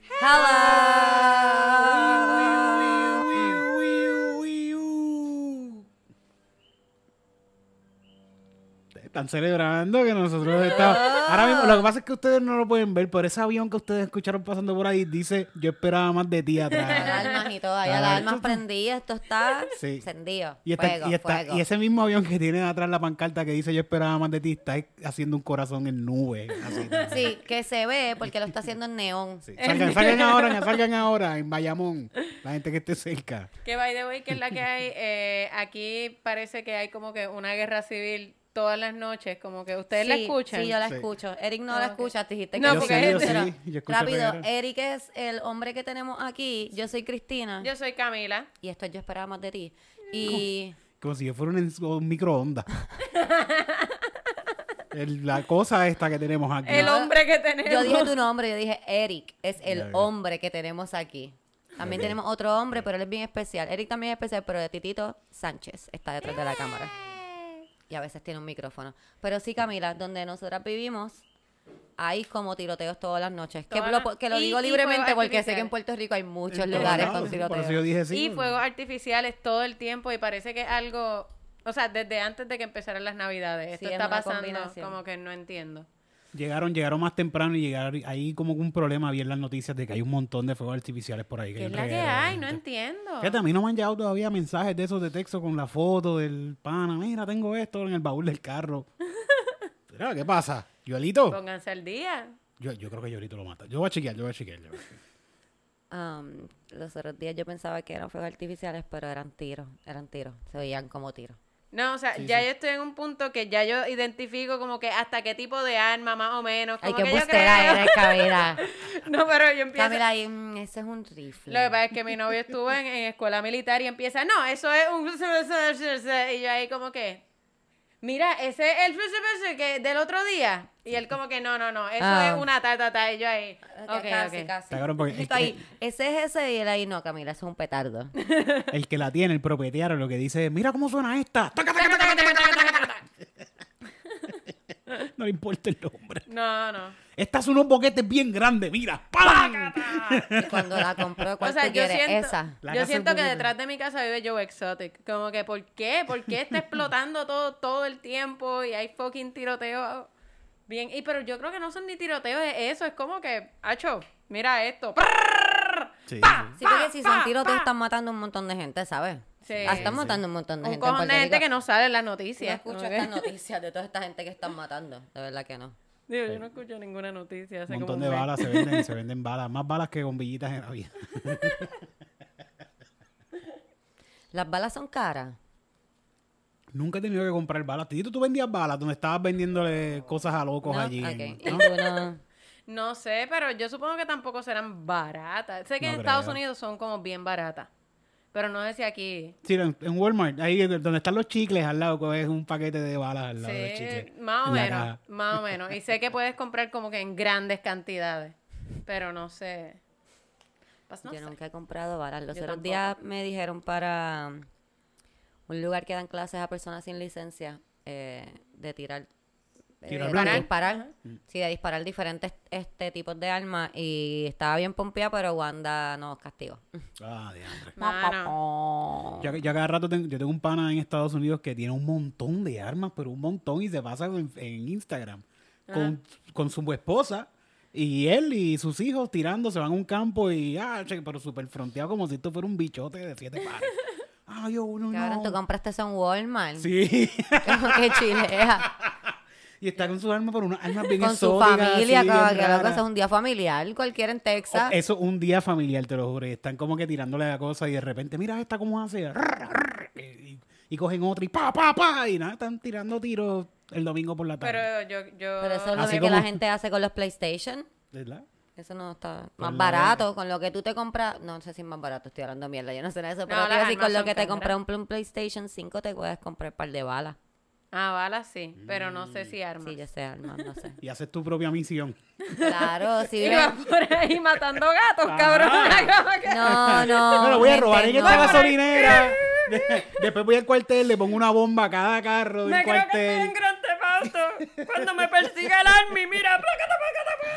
Están celebrando que nosotros estamos... Ahora mismo, lo que pasa es que ustedes no lo pueden ver, pero ese avión que ustedes escucharon pasando por ahí dice, yo esperaba más de ti atrás. Las almas y todo, allá las almas prendidas, esto está encendido. Fuego. Y ese mismo avión que tiene atrás la pancarta que dice, yo esperaba más de ti, está haciendo un corazón en nube. Así. Sí, que se ve porque lo está haciendo en neón. Sí. Salgan ahora, en Bayamón, la gente que esté cerca. Que by the way, que es la que hay, aquí parece que hay como que una guerra civil todas las noches, como que ustedes la escuchan. Sí, yo la escucho. Eric no la escucha, te dijiste que no, yo porque sí, yo escucho rápido, reguero. Eric es el hombre que tenemos aquí, yo soy Cristina. Yo soy Camila. Y esto yo esperaba más de ti. Y Como si yo fuera un microondas. La cosa esta que tenemos aquí. El hombre que tenemos. yo dije tu nombre, yo dije Eric, es el hombre que tenemos aquí. También tenemos otro hombre, pero él es bien especial. Eric también es especial, pero de Titito Sánchez está detrás de la cámara. Y a veces tiene un micrófono. Pero sí, Camila, donde nosotras vivimos, hay como tiroteos todas las noches. Que lo digo libremente porque sé que en Puerto Rico hay muchos lugares con tiroteos. Por eso yo dije sí. Y fuegos artificiales todo el tiempo y parece que es algo... O sea, desde antes de que empezaran las Navidades. Esto Sí, está es una pasando combinación. como que no entiendo. Llegaron más temprano y hay como un problema. Vi en las noticias de que hay un montón de fuegos artificiales por ahí. ¿Qué es la que hay? No entiendo. Fíjate, a mí no me han llegado todavía mensajes de esos de texto con la foto del pana. Mira, tengo esto en el baúl del carro. Mira, ¿qué pasa? ¿Yoelito? Pónganse al día. Yo creo que Yoelito lo mata. Yo voy a chequear. Los otros días yo pensaba que eran fuegos artificiales, pero eran tiros. Se veían como tiros. No, o sea, yo estoy en un punto que ya yo identifico como que hasta qué tipo de arma, más o menos. Ay, Como qué que yo bustera creo. eres, Camila. No, pero yo empiezo... Camila, ese es un rifle. Lo que pasa es que mi novio estuvo en escuela militar y empieza, no, eso es un... Y yo ahí como que, mira, ese es el que del otro día. Y él como que, no, eso es una ta. Y yo ahí, Casi. Está cabrón porque Justo ahí, ese es ese y él ahí, no, Camila, eso es un petardo. el que la tiene, el propietario, lo que dice es, mira cómo suena esta. No le importa el nombre. No. Estas son unos boquetes bien grandes, mira. ¡Pam! Y cuando la compró, ¿cuál te quiere? Esa. Yo siento que detrás de mi casa vive Joe Exotic. Como que, ¿por qué? ¿Por qué está explotando todo el tiempo y hay fucking tiroteo? Bien, pero yo creo que no son ni tiroteos, es eso, es como que, acho, mira esto. Sí, Sí, porque si son tiros, te están matando un montón de gente, ¿sabes? Sí. Están matando un montón de Un gente. en cojón de Puerto gente Rico. que no sale en las No noticias. escucho como que- estas noticias de toda esta gente que están matando. De verdad que no. Digo, yo no escucho ninguna noticia. Hace un como montón un de mes. balas se venden balas, más balas que bombillitas en la vida. Las balas son caras. Nunca he tenido que comprar balas. Tito, tú vendías balas donde estabas vendiéndole cosas a locos ¿No? allí. Ok. ¿no? Y tú no. No sé, pero yo supongo que tampoco serán baratas. Sé que No en Estados creo. Unidos son como bien baratas. Pero no sé si aquí... Sí, en Walmart, ahí donde están los chicles al lado, coges un paquete de balas al lado del chicle. Sí, más o en la menos, caja. más o menos. Y sé que puedes comprar como que en grandes cantidades. Pero no sé. Pues no Yo sé. nunca he comprado balas. Los Yo otros tampoco. días me dijeron para un lugar que dan clases a personas sin licencia de tirar. Tirar De blanco. disparar. Sí, de disparar diferentes tipos de armas. Y estaba bien pompeada, pero Wanda nos castigó. Ah, diantre. Mano. Yo cada rato yo tengo un pana en Estados Unidos que tiene un montón de armas, pero un montón, y se pasa en Instagram con su esposa y él y sus hijos tirando, se van a un campo y, pero súper fronteado como si esto fuera un bichote de 7 pares. Cabrón, tú compraste eso en Walmart. Sí. Como que chilea. Y está con sus armas, pero unas armas bien Con su exóticas, familia, así, como bien que loco, raras. eso es un día familiar, cualquiera en Texas. Eso es un día familiar, te lo juro. Y están como que tirándole la cosa y de repente, mira esta cómo hace. Y cogen otra y pa. Y nada, están tirando tiros el domingo por la tarde. Pero yo... Pero eso es lo Así que la como- gente hace con los PlayStation. ¿Verdad? Eso no está Pues más la barato. Con lo que tú te compras, no sé si es más barato, estoy hablando mierda, yo no sé nada de eso. Pero No, te iba a las decir, armas con lo son que te caras. compras un PlayStation 5 te puedes comprar un par de balas. Ah, balas sí, pero no sé si armas. Sí, yo sé, armas, no sé. Y haces tu propia misión. Claro, si Y vives... vas por ahí matando gatos, Ajá. cabrón. Como que- No, No, lo voy a gente, robar en no. esta gasolinera. Después voy al cuartel, le pongo una bomba a cada carro del Me creo que estoy cuartel. en Grand Theft Auto. Cuando me persigue el army, mira, plácata.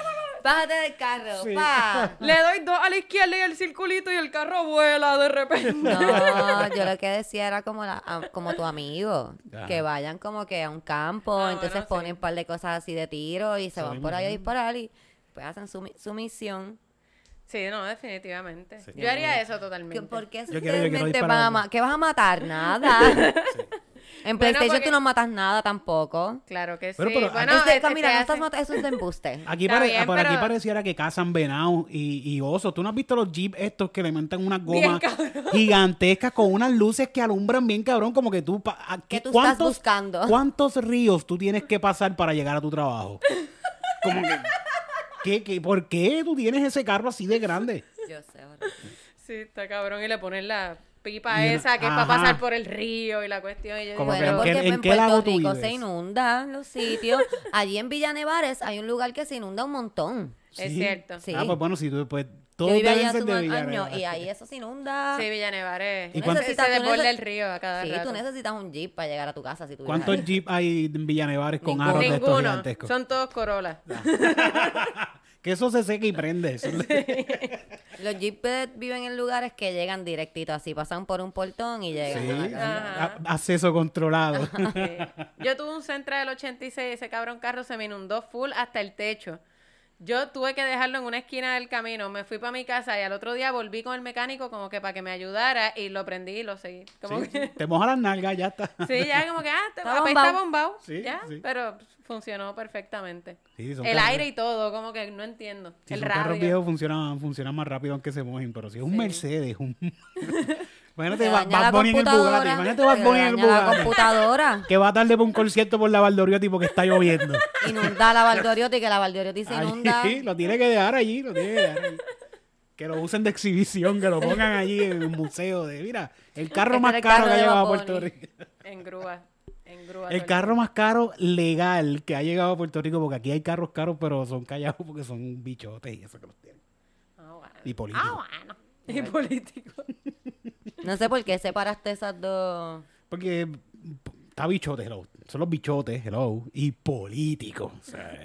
Bájate del carro, Sí. pa. Le doy 2 a la izquierda y el circulito y el carro vuela de repente. No, yo lo que decía era como tu amigo, Ajá. que vayan como que a un campo, Ah, entonces bueno, ponen sí. un par de cosas así de tiro y se Eso van mismo, por ahí a sí. disparar y pues hacen su misión. Sí, no, definitivamente. Sí. Yo haría eso totalmente. ¿Por qué Yo quiero realmente disparar algo. ¿Qué vas a matar? Nada. En PlayStation porque- tú no matas nada tampoco. Claro que sí. Pero, bueno, Mira, no te estás hacen- matando, eso es de embuste. Aquí, Está bien, por aquí pero- pareciera que cazan venados y osos. ¿Tú no has visto los jeeps estos que le montan unas Bien gomas cabrón. gigantescas con unas luces que alumbran bien cabrón? Como que tú... ¿Qué tú estás buscando? ¿Cuántos ríos tú tienes que pasar para llegar a tu trabajo? Como que... ¿Por qué tú tienes ese carro así de grande? Yo sé, horrible. Sí, está cabrón. Y le ponen la pipa Y una- esa que es ajá. para pasar por el río y la cuestión. Y yo Como digo, que Bueno, ¿en porque qué- en en qué lago Puerto tú Rico vives? se inundan los sitios. Allí en Villa Nevares hay un lugar que se inunda un montón. Es Sí. cierto. Sí. Ah, pues bueno, si tú... Pues, Yo todos viví allá deben ser hace de un año Villanueva. y ahí eso se inunda. Sí, Villanevares. ¿Y ¿Y cuánto- se tú desborda neces- el río a cada Sí, rato. tú necesitas un jeep para llegar a tu casa si tú vives ¿Cuántos ahí. jeeps hay en Villanevares con Ninguno. aros de estos Ninguno. gigantescos? Son todos Corolla. Que eso se seca y prende. Eso- Los jeeps viven en lugares que llegan directito así, pasan por un portón y llegan a la Sí, casa. Ajá. acceso controlado. Sí. Yo tuve un Sentra del 86 ese cabrón carro se me inundó full hasta el techo. Yo tuve que dejarlo en una esquina del camino. Me fui para mi casa y al otro día volví con el mecánico como que para que me ayudara y lo prendí y lo seguí. Como Sí, que... sí. Te moja las nalgas, ya está. Sí, ya como que, Está apesta bombao. bombao. Sí, ya, sí. pero funcionó perfectamente. Sí, son El carros- aire y todo, como que no entiendo. Si el son carros radio. viejos funcionan más rápido aunque se mojen, pero si es un Sí. Mercedes, Imagínate Te Bad daña la Bunny en el Bugatti, computadora. imagínate Bad Te Bunny en el daña la Bugatti, computadora. que va tarde para un concierto por la Valdoriotti porque está lloviendo. Inunda la Valdoriotti, que la Valdoriotti se inunda. Allí, lo tiene que dejar allí, Que lo usen de exhibición, que lo pongan allí en un museo de, mira, el carro Este más es el caro carro que ha de llegado a Bad Puerto Bunny. Rico. En grúa. En grúa. El todo carro tiempo. más caro legal que ha llegado a Puerto Rico, porque aquí hay carros caros, pero son callados porque son bichotes y eso que los tienen. Ah, bueno. Y políticos. Bueno. Y político. No sé por qué separaste esas dos. Porque está bichote, hello. Son los bichotes, hello. Y políticos. O sea,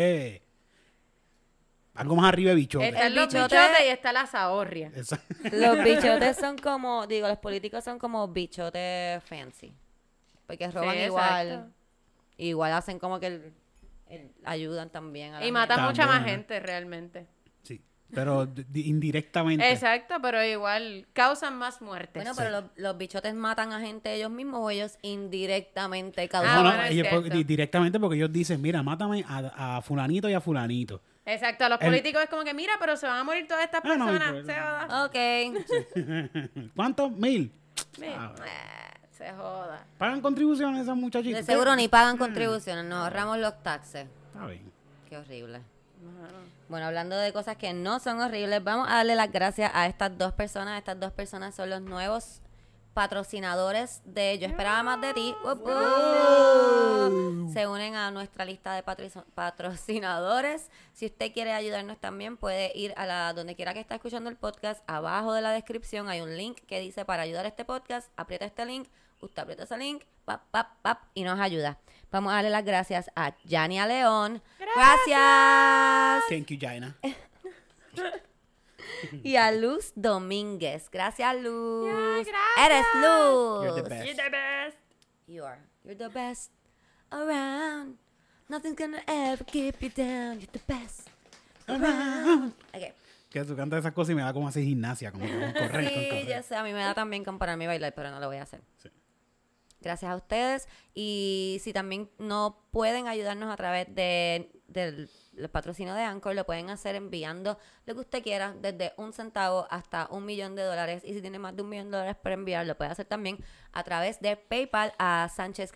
algo más arriba de bichote. Están los bichote- bichotes y está la zahorria. Esa- Los bichotes son como, digo, los políticos son como bichotes fancy. Porque roban Sí, igual. exacto. Igual hacen como que ayudan también a la Y matan También, mucha más ajá. gente realmente. Sí. Pero indirectamente. Exacto, pero igual causan más muertes. Bueno, pero los bichotes matan a gente ellos mismos o ellos indirectamente No, causan. no, bueno, es ellos cierto. directamente porque ellos dicen, mira, mátame a fulanito y a fulanito. Exacto, a los El- políticos es como que, mira, pero se van a morir todas estas Ah, no, personas. pero- Se joda. Ok. ¿Cuántos? 1,000. Se joda. ¿Pagan contribuciones esas De muchachitas? seguro ni pagan contribuciones, nos ahorramos los taxes. Está bien. Qué horrible. Bueno, hablando de cosas que no son horribles, vamos a darle las gracias a estas dos personas. Estas dos personas son los nuevos patrocinadores de Yo Esperaba Más de Ti. Se unen a nuestra lista de patrocinadores. Si usted quiere ayudarnos también, puede ir a donde quiera que está escuchando el podcast. Abajo de la descripción hay un link que dice para ayudar a este podcast. Aprieta este link, usted aprieta ese link, pap, pap, pap, y nos ayuda. Vamos a darle las gracias a Yania León. Gracias. Thank you, Jaina. Y a Luz Domínguez. Gracias, Luz. gracias. Eres Luz. You're the best. You're the best. You're the best around. Nothing's gonna ever keep you down. You're the best around. Okay. Que tú cantas esas cosas y me da como hacer gimnasia, como que con correr, con Sí, correr. yo sé, a mí me da también con pararme y bailar, pero no lo voy a hacer. Sí. Gracias a ustedes. Y si también no pueden ayudarnos a través del patrocinio de Anchor, lo pueden hacer enviando lo que usted quiera, desde 1 centavo hasta $1,000,000. Y si tiene más de $1,000,000 para enviar, lo puede hacer también a través de PayPal a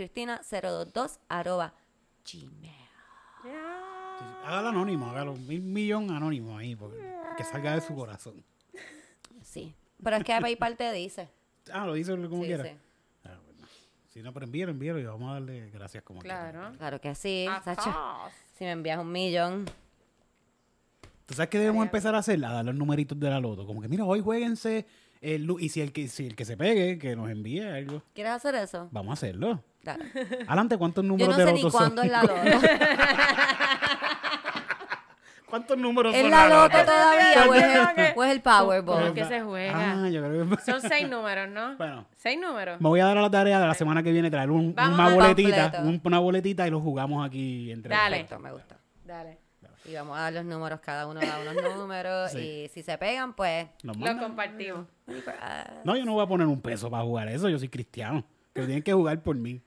sanchezcristina022@gmail. Hágalo anónimo, hágalo 1,000,000 anónimo ahí, que salga de su corazón. Sí. Pero es que PayPal te dice. Ah, lo dice como Sí, quiera. sí. Ah, bueno. Si no, pero envíalo y vamos a darle gracias como quiera. Claro. Claro que sí, Of Sacha. course. Si me envías $1,000,000. ¿Tú sabes qué debemos empezar a hacer? A dar los numeritos de la loto. Como que, mira, hoy jueguense. Y si el que se pegue, que nos envíe algo. ¿Quieres hacer eso? Vamos a hacerlo. Dale. Adelante, ¿cuántos Yo números no de sé loto ni son? cuándo es la loto. ¿Cuántos números ¿Es son la loto loto? todavía ¿Cuántos? o es el Powerball? ¿Con qué se juega? Ah, yo creo que... Son 6 números, ¿no? Bueno. 6 números. Me voy a dar a la tarea de la semana que viene traer Vamos una al boletita, panfleto. una boletita y lo jugamos aquí entre Dale. Perfecto, me gusta. Dale. Y vamos a dar los números, cada uno da unos números. Sí. Y si se pegan, pues... Nos Lo mandan. compartimos. No, yo no voy a poner un peso para jugar eso, yo soy cristiano. Que tienen que jugar por mí.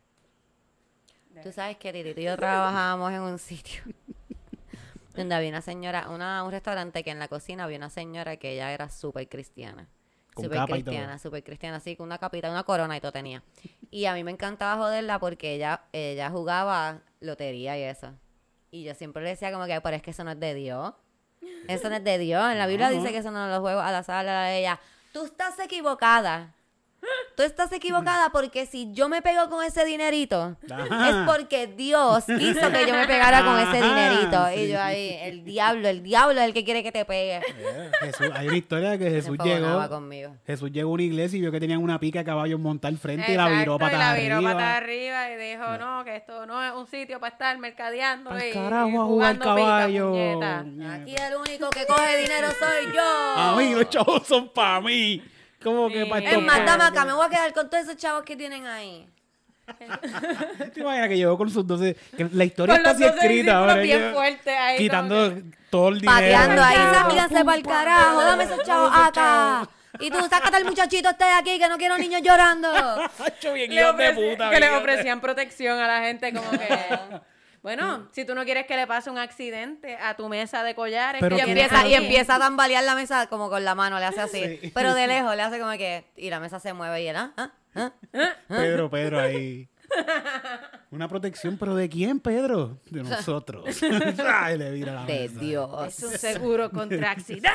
Tú sabes que Titito y yo trabajábamos en un sitio donde había una señora, un restaurante que en la cocina había una señora que ella era súper cristiana. Con Súper capa y cristiana, todo. súper cristiana, así, con una capita, una corona y todo tenía. Y a mí me encantaba joderla porque ella jugaba lotería y eso. Y yo siempre le decía como que, pero es que eso no es de Dios. Eso no es de Dios. En la Biblia No. dice que eso no los juegos a la sala de ella. Tú estás equivocada. Tú estás equivocada porque si yo me pego con ese dinerito, Ajá. es porque Dios quiso que yo me pegara con ese Ajá, dinerito. sí. Y yo ahí, el diablo es el que quiere que te pegue. Jesús, hay una historia de que Se Jesús enfogonaba llegó. conmigo. Jesús llegó a una iglesia y vio que tenían una pica de caballo montada al frente y la viró Exacto, patas y la viró arriba. patas arriba y dijo, no, que esto no es un sitio para estar mercadeando Pa'l y carajo a jugar jugando pica, caballo. puñeta. Aquí el único que coge dinero soy yo. A mí, los chavos son para mí. ¿Cómo que Sí. para Es más, dame acá, me voy a quedar con todos esos chavos que tienen ahí. ¿Te imaginas que llegó con sus 12? Que la historia Con está los así 12 escrita discípulos ahora. bien que- fuertes ahí. quitando todo el dinero. Pateando ahí, Pum, sáquense para el carajo, dame esos chavos acá. Y tú, sácate al muchachito este de aquí que no quiero niños llorando. Hacho, bien Le hijos de ofreci- puta. que le bien. ofrecían protección a la gente como que... Bueno, si tú no quieres que le pase un accidente a tu mesa de collares, Pero que Y ¿quién tienes empieza, y aquí. empieza a tambalear la mesa como con la mano, le hace así. Sí. Pero de lejos, le hace como que... Y la mesa se mueve y él, ¿ah? Pedro ahí. Una protección, ¿pero de quién, Pedro? De nosotros. Ay, le vira la De mesa. Dios. Es un seguro contra accidentes.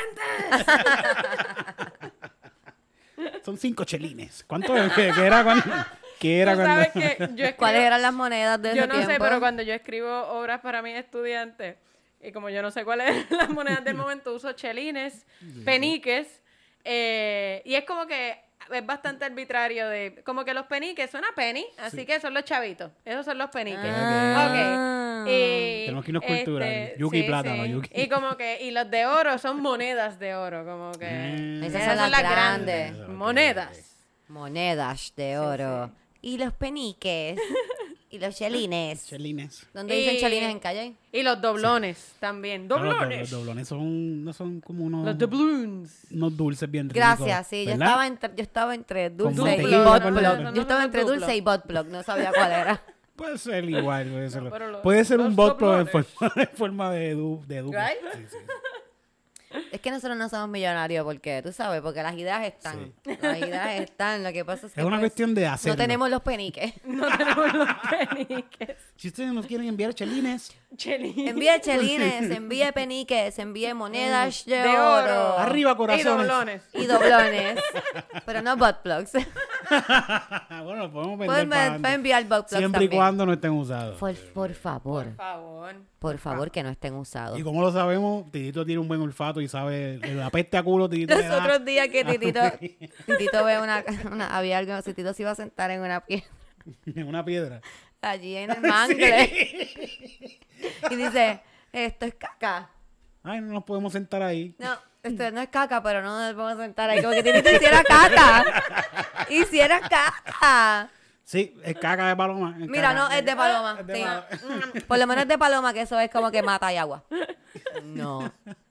Son 5 chelines. ¿Cuánto? ¿Qué era cuando? ¿Qué era Tú cuando? sabes que yo escribo- ¿Cuáles eran las monedas de Yo ese no sé, tiempo? pero cuando yo escribo obras para mis estudiantes, y como yo no sé cuáles eran las monedas del momento, uso chelines, peniques, y es como que es bastante arbitrario de... Como que los peniques suena penny, así que son los chavitos. Esos son los peniques. Ah. Ok. Y, Tenemos que irnos cultural. Yuki plátano, yuki. Y como que... Y los de oro son monedas de oro, como que... Esas esas son las grandes. Monedas. Monedas de oro. Y los peniques. Y los chelines. Chelines. ¿Dónde dicen Y- chelines en calle? Y los doblones también. No, los ¡Doblones! doblones son, no son como unos, Los doubloons. unos dulces bien ricos. Gracias, sí. ¿verdad? Yo estaba entre dulce y mantequilla, bot ¿cuál plug. era? Yo estaba No, entre no, no, dulce y bot plug. No sabía cuál era. Puede ser igual. pero Puede ser los un bot, pero en doblones. forma de duplo. Right? Sí, sí. Es que nosotros no somos millonarios porque, tú sabes, porque las ideas están. Las ideas están. Lo que pasa es que Es una pues, cuestión de hacerlo. no tenemos los peniques. No tenemos los peniques. Si ustedes nos quieren enviar chelines, Chelines. Envíe chelines, envíe peniques, envíe monedas de, De oro. oro. arriba Y corazones. doblones. Y doblones. Pero no butt plugs. Bueno, podemos vender Pueden, para pueden adelante. enviar butt plugs Siempre y también. cuando no estén usados. Por favor. Por favor. Por favor, que no estén usados. Y como lo sabemos, Titito tiene un buen olfato y sabe la peste a culo. Titito Los le da- otros días que Titito ve había algo, si Tito se iba a sentar en una piedra una piedra. allí en el mangle. Y dice, esto es caca. Ay, no nos podemos sentar ahí. No, esto no es caca, pero no nos podemos sentar ahí. Como que Titito hiciera caca. Hiciera caca. Sí, es caca de paloma. Mira, no, es de paloma. Es de Sí. paloma. Por lo menos es de paloma, que eso es como que mata y agua. No.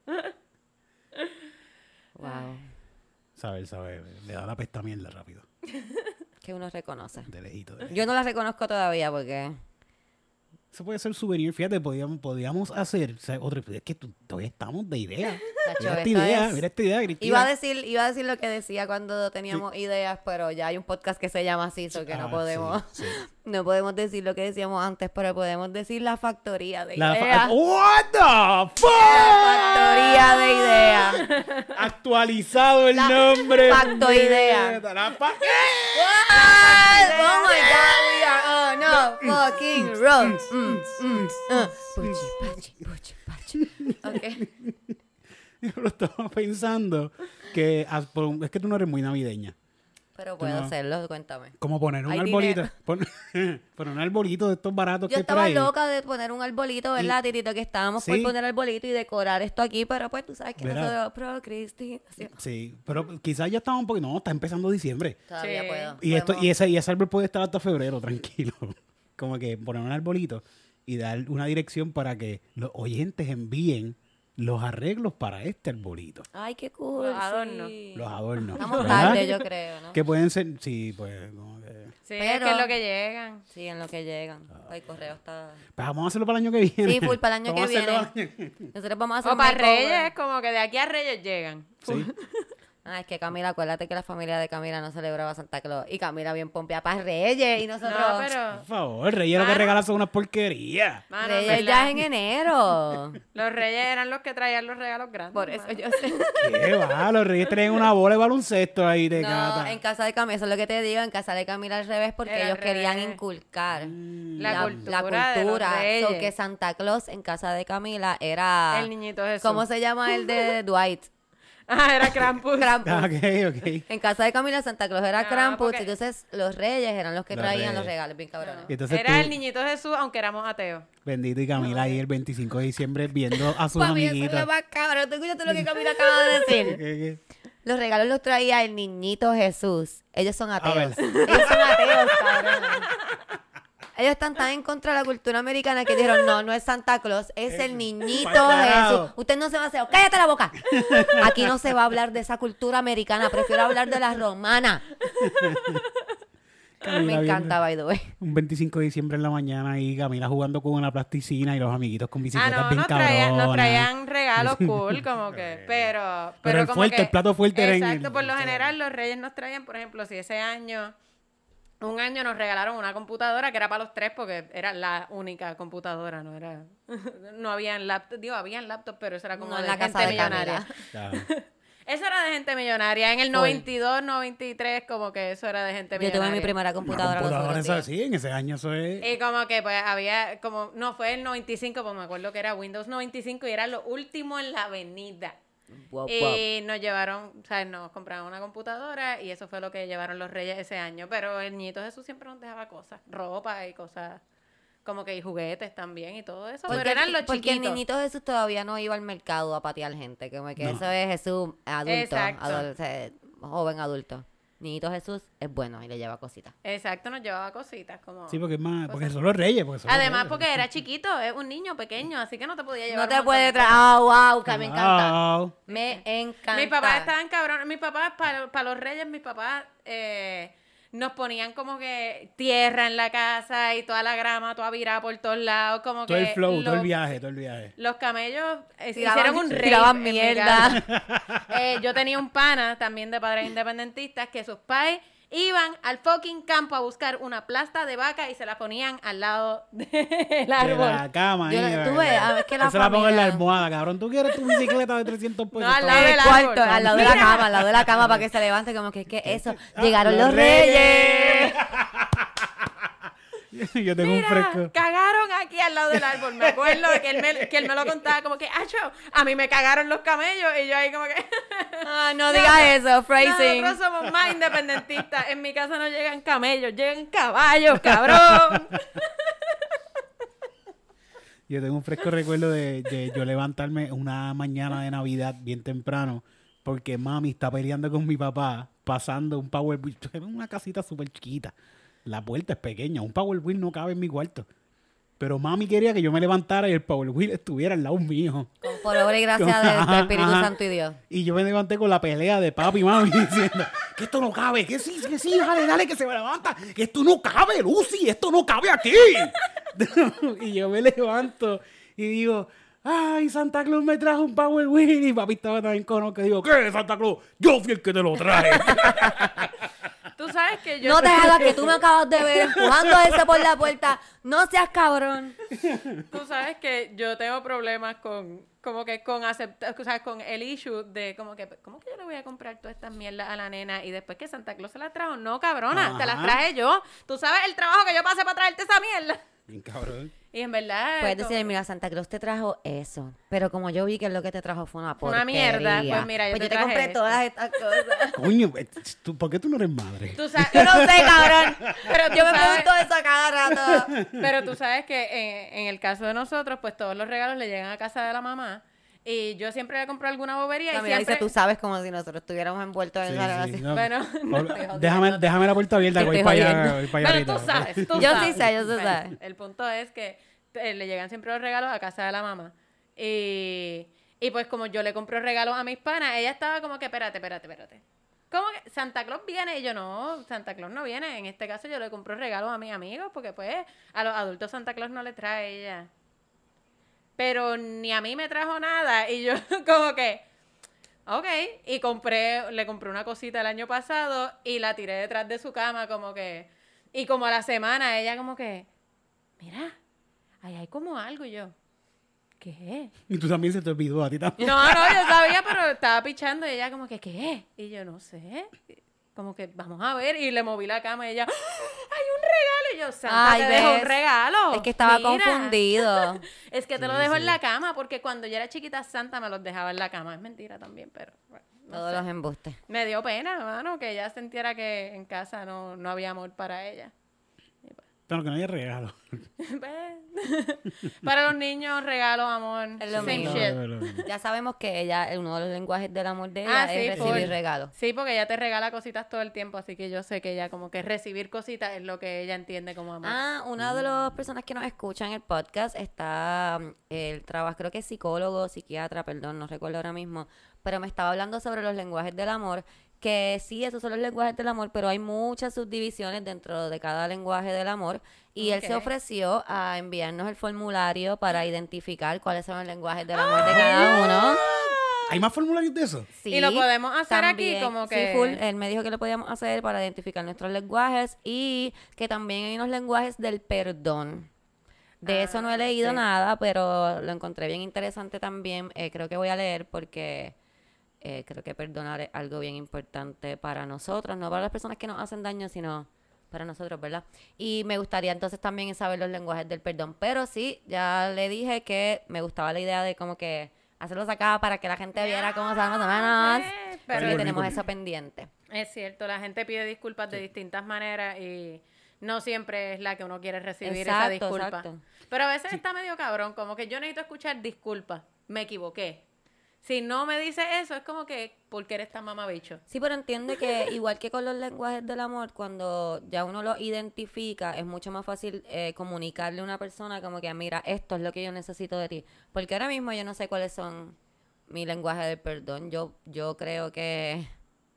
Wow. Sabe. Le da la pesta mierda rápido. Que uno reconoce. De lejito. De lejito. Yo no la reconozco todavía porque... Eso puede ser souvenir. Fíjate, podíamos hacer. O sea, otro, es que todavía estamos de idea. Tacho, Mira esta esto idea, es- mira esta idea, Cristina. Iba a decir lo que decía cuando teníamos ideas, pero ya hay un podcast que se llama así, so que no Ah, podemos, sí. no podemos decir lo que decíamos antes, pero podemos decir la factoría de La ideas. What the fuck? Factoría de ideas. Actualizado el La nombre. factoidea. puñeta. ¿Qué? What? Oh my God, we are on a fucking road. Puchi, pachi. Okay. Yo lo estaba pensando que es que tú no eres muy navideña. Pero puedo hacerlo, cuéntame. Como poner un Hay arbolito. dinero. Poner un arbolito de estos baratos Yo que estaba trae. loca de poner un arbolito, ¿verdad, Titito? Que estábamos por Sí. poner arbolito y decorar esto aquí, pero pues tú sabes que Verá. nosotros procrastinación. Sí, pero quizás ya estamos un poquito. No, está empezando diciembre. Todavía Sí. puedo. Y esto, Podemos- y ese árbol puede estar hasta febrero, tranquilo. Como que poner un arbolito y dar una dirección para que los oyentes envíen los arreglos para este arbolito. Ay, qué cool. Los adornos. sí. Los adornos. Estamos ¿verdad? tarde, yo creo, ¿no? Que pueden ser, sí, pues, como que- Sí, Pero- es que es lo que llegan. Sí, en lo que llegan. Ay, correo está... pues vamos a hacerlo para el año que viene. Sí, full para el año que Vamos a hacerlo viene. Nosotros vamos a hacer O para makeover. Reyes, como que de aquí a Reyes llegan. Sí. Ah, es que Camila, acuérdate que la familia de Camila no celebraba Santa Claus. Y Camila bien pompeada para Reyes. Y nosotros... No, pero... Por favor, Reyes lo que Mano. regala son unas porquerías. Mano, Reyes ¿verdad? ya es en enero. Los Reyes eran los que traían los regalos grandes. Por eso mano. yo sé. Qué va, los Reyes traen una bola de baloncesto ahí de No, cata. en casa de Camila, eso es lo que te digo, en casa de Camila al revés, porque Era al ellos querían revés. inculcar La cultura de los cultura. Reyes. So que Santa Claus en casa de Camila era... El niñito Jesús. ¿Cómo se llama el de Dwight? Ah, era Krampus. Krampus. Ah, ok, ok. En casa de Camila Santa Claus era Ah, Krampus, porque- entonces los reyes eran los que Los traían los reyes. regalos, bien cabrones. Y entonces Era tú, el niñito Jesús, aunque éramos ateos. bendito y Camila ahí el 25 de diciembre viendo a sus Para mí eso es amiguitas. lo más cabrón. ¿Tú escuchaste lo que Camila acaba de decir? ¿Qué? Los regalos los traía el niñito Jesús. Ellos son ateos. ¿verdad? Ellos son ateos, cabrón. Ellos están tan en contra de la cultura americana que dijeron, no es Santa Claus, es el niñito pa'l carajo. Jesús. Usted no se va a hacer, ¡cállate la boca! Aquí no se va a hablar de esa cultura americana, prefiero hablar de la romana. Me Camila encanta, by the way. Un 25 de diciembre en la mañana y Camila jugando con una plasticina y los amiguitos con bicicletas bien nos cabronas. traían regalos cool, como que, pero el como fuerte, que- el plato fuerte era en Exacto, el- por lo general los reyes nos traían, por ejemplo, si ese año, un año nos regalaron una computadora que era para los tres porque era la única computadora, no era, no habían laptops, habían laptops, pero eso era como No en de la gente casa de millonaria. Camila. Claro. Eso era de gente millonaria. En el Full. 92, 93, como que eso era de gente Yo millonaria. tuve mi primera Una computadora los computadora otros esa, días. sí, en ese año eso es... Y como que pues había, como, no fue el 95, pues me acuerdo que era Windows 95 y era lo último en la avenida. Guau, guau. Y nos llevaron, o sea, nos compraron una computadora y eso fue lo que llevaron los reyes ese año. Pero el niñito Jesús siempre nos dejaba cosas, ropa y cosas, como que y juguetes también y todo eso. Pero eran los porque el chiquitos. niñito Jesús todavía no iba al mercado a patear gente, como que No. eso es Jesús adulto, Exacto. joven adulto. Niñito Jesús es bueno y le lleva cositas. Exacto, nos llevaba cositas como... Sí, porque es más... Porque son los reyes. Porque son los Además, reyes. porque era chiquito, es un niño pequeño, así que no te podía llevar No te un puede montón de traer. cosas. Ah, wow, que me encanta. Wow. Me encanta. Mis papás estaban cabrones. Mis papás, para los reyes, mis papás nos ponían como que tierra en la casa y toda la grama, toda virada por todos lados. Como Todo que el flow, todo el los- viaje, todo el viaje. Los camellos Tiraban- hicieron un rave tiraban en mi mierda. casa. Yo tenía un pana también de padres independentistas que sus pais iban al fucking campo a buscar una plasta de vaca y se la ponían al lado del De árbol. la cama. Yo ahí, no- tú ves, es que la Yo se la pongo en la familia- almohada, cabrón. ¿Tú quieres tu bicicleta de 300 pesos? No, al Toma. lado En del el cuarto, árbol. al lado de la cama, al lado de la cama para que se levante como que eso. Ah, Llegaron los los reyes. Yo tengo Mira, un fresco. cagaron aquí al lado del árbol. Me acuerdo que él me lo contaba como que, acho, a mí me cagaron los camellos. Y yo ahí como que... Ah, no digas eso, phrasing. Nosotros somos más independentistas. En mi casa no llegan camellos, llegan caballos, cabrón. Yo tengo un fresco recuerdo de yo levantarme una mañana de Navidad bien temprano porque mami está peleando con mi papá pasando un Power Wheel. Es una casita súper chiquita. La puerta es pequeña. Un Power Wheel no cabe en mi cuarto. Pero mami quería que yo me levantara y el Power Wheel estuviera al lado mío. Por obra y gracia del Espíritu Ajá. Santo y Dios. Y yo me levanté con la pelea de papi y mami diciendo que esto no cabe, que sí, dale, que se me levanta, que esto no cabe, Lucy, esto no cabe aquí. Y yo me levanto y digo, ay, Santa Claus me trajo un Power Wheel. Y papi estaba tan encono que digo, ¿qué, Santa Claus? Yo fui el que te lo traje. Tú sabes que yo... No te hagas que tú me acabas de ver empujando eso por la puerta. No seas cabrón. Tú sabes que yo tengo problemas con como que con aceptar, o sea, con el issue de como que, ¿cómo que yo le voy a comprar todas estas mierdas a la nena y después que Santa Claus se las trajo? No, cabrona, te las traje yo. Tú sabes el trabajo que yo pasé para traerte esa mierda. Bien cabrón. Y en verdad... Puedes decir, mira, Santa Claus te trajo eso. Pero como yo vi que lo que te trajo fue una porquería. Una mierda. Pues mira, yo te traje compré esto. todas estas cosas. Coño, ¿por qué tú no eres madre? Tú sabes, Yo no sé, cabrón. pero tú Yo me sabes- pregunto eso a cada rato. Pero tú sabes que en el caso de nosotros, pues todos los regalos le llegan a casa de la mamá. Y yo siempre le compro alguna bobería y Camila siempre... dice, tú sabes, como si nosotros estuviéramos envueltos en Sí, algo sí, así. no. Bueno, Déjame la puerta abierta, Te voy estoy para allá, jodiendo. voy para allá Pero ahorita. tú sabes, tú Yo sabes. sí sé, yo sí Bueno, sé. el punto es que le llegan siempre los regalos a casa de la mamá. Y pues como yo le compro regalos a mis panas, ella estaba como que, espérate. ¿Cómo que Santa Claus viene? Y yo, no, Santa Claus no viene. En este caso yo le compro regalos a mis amigos porque pues a los adultos Santa Claus no le trae ella. Pero ni a mí me trajo nada. Y yo como que, ok. Y le compré una cosita el año pasado y la tiré detrás de su cama como que... Y como a la semana ella como que, mira, ahí hay como algo. Y yo, ¿qué? Y tú también se te olvidó a ti también. No, yo sabía, pero estaba pichando y ella como que, ¿qué? Y yo, no sé. Como que, vamos a ver. Y le moví la cama y ella, ¡hay un regalo! Y yo, Santa, Ay, te dejo ¿ves? un regalo. Es que estaba Mira. confundido. Es que te lo Sí, dejo sí. en la cama porque cuando yo era chiquita, Santa me los dejaba en la cama. Es mentira también, pero bueno, no Todos sé. los embustes. Me dio pena, hermano, que ella sintiera que en casa no había amor para ella. Pero que no haya regalo. Para los niños, regalo, amor. Es lo same mismo. shit. Ya sabemos que ella, uno de los lenguajes del amor de ella es recibir full. regalos. Sí, porque ella te regala cositas todo el tiempo, así que yo sé que ella como que recibir cositas es lo que ella entiende como amor. Ah, una de las personas que nos escuchan el podcast está, el trabajo, creo que es psicólogo, psiquiatra, perdón, no recuerdo ahora mismo, pero me estaba hablando sobre los lenguajes del amor, que sí, esos son los lenguajes del amor, pero hay muchas subdivisiones dentro de cada lenguaje del amor, y él se Ok. ofreció a enviarnos el formulario para identificar cuáles son los lenguajes del amor de cada uno. ¿Hay más formularios de eso? Sí, Y lo podemos hacer aquí también, como que... Sí, full. Él me dijo que lo podíamos hacer para identificar nuestros lenguajes y que también hay unos lenguajes del perdón. De eso no he leído sí. nada, pero lo encontré bien interesante también. Creo que voy a leer porque creo que perdonar es algo bien importante para nosotros, no para las personas que nos hacen daño, sino para nosotros, ¿verdad? Y me gustaría entonces también saber los lenguajes del perdón. Pero sí, ya le dije que me gustaba la idea de como que hacerlos acá para que la gente viera cómo son más o menos. Sí, Pero pero que tenemos Rico. eso pendiente. es cierto, la gente pide disculpas de distintas maneras y no siempre es la que uno quiere recibir esa Exacto, disculpa. exacto. Pero a veces está medio cabrón, como que yo necesito escuchar disculpas, me equivoqué. Si no me dice eso, es como que, ¿por qué eres tan mamabicho? Sí, pero entiende que igual que con los lenguajes del amor, cuando ya uno lo identifica, es mucho más fácil comunicarle a una persona como que, mira, esto es lo que yo necesito de ti. Porque ahora mismo yo no sé cuáles son mi lenguaje del perdón. Yo creo que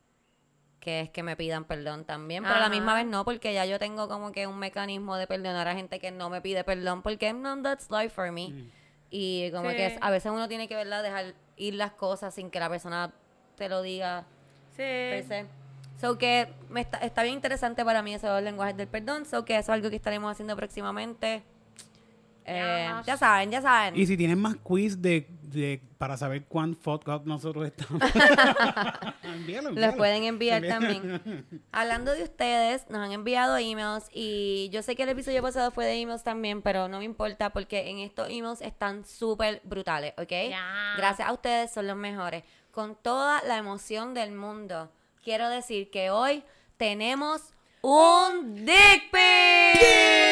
es que me pidan perdón también, pero a la Ajá. misma vez no, porque ya yo tengo como que un mecanismo de perdonar a gente que no me pide perdón, porque no, that's life for me. Y como Sí. que a veces uno tiene que, ¿verdad?, dejar ir las cosas sin que la persona te lo diga per Sí. se. So que está bien interesante para mí esos lenguajes del perdón, so que eso es algo que estaremos haciendo próximamente. Yes. Ya saben. Y si tienen más quiz para saber cuán fucked up nosotros estamos, envíalo. Los pueden enviar también. Hablando de ustedes, nos han enviado emails y yo sé que el episodio pasado fue de emails también, pero no me importa porque en estos emails están súper brutales, ¿ok? Ya. Gracias a ustedes, son los mejores. Con toda la emoción del mundo, quiero decir que hoy tenemos un dick pic.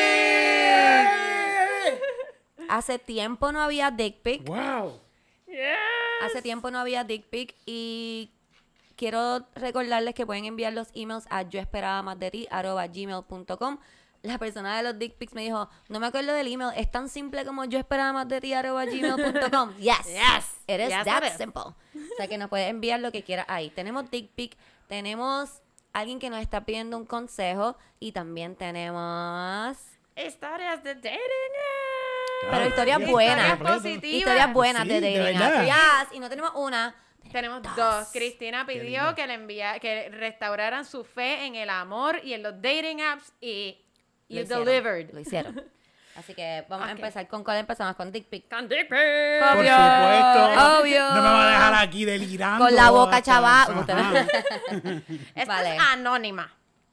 Hace tiempo no había dick pic. ¡Wow! Hace tiempo no había dick pic y quiero recordarles que pueden enviar los emails a yoesperabamasdeti@gmail.com. La persona de los dick pics me dijo, no me acuerdo del email, es tan simple como yoesperabamasdeti@gmail.com. Yes, it is Yes, that it is. simple. O sea que nos puedes enviar lo que quieras ahí. Tenemos dick pic, tenemos alguien que nos está pidiendo un consejo y también tenemos... Historias de dating. Pero historias bien. buenas. Historias positivas. Historias buenas Sí, de de dating. verdad. Yes, y no tenemos una. Tenemos Dos. dos. Cristina pidió linda. que restauraran su fe en el amor y en los dating apps y Lo you hicieron, delivered. Lo hicieron. Así que vamos a Ok. empezar. ¿Con cuál empezamos? Con dick pic. Con dick pic. Por Obvio. supuesto. Obvio. No me va a dejar aquí delirando. Con la boca hasta- chava. Ajá. Esta Vale. es anónima.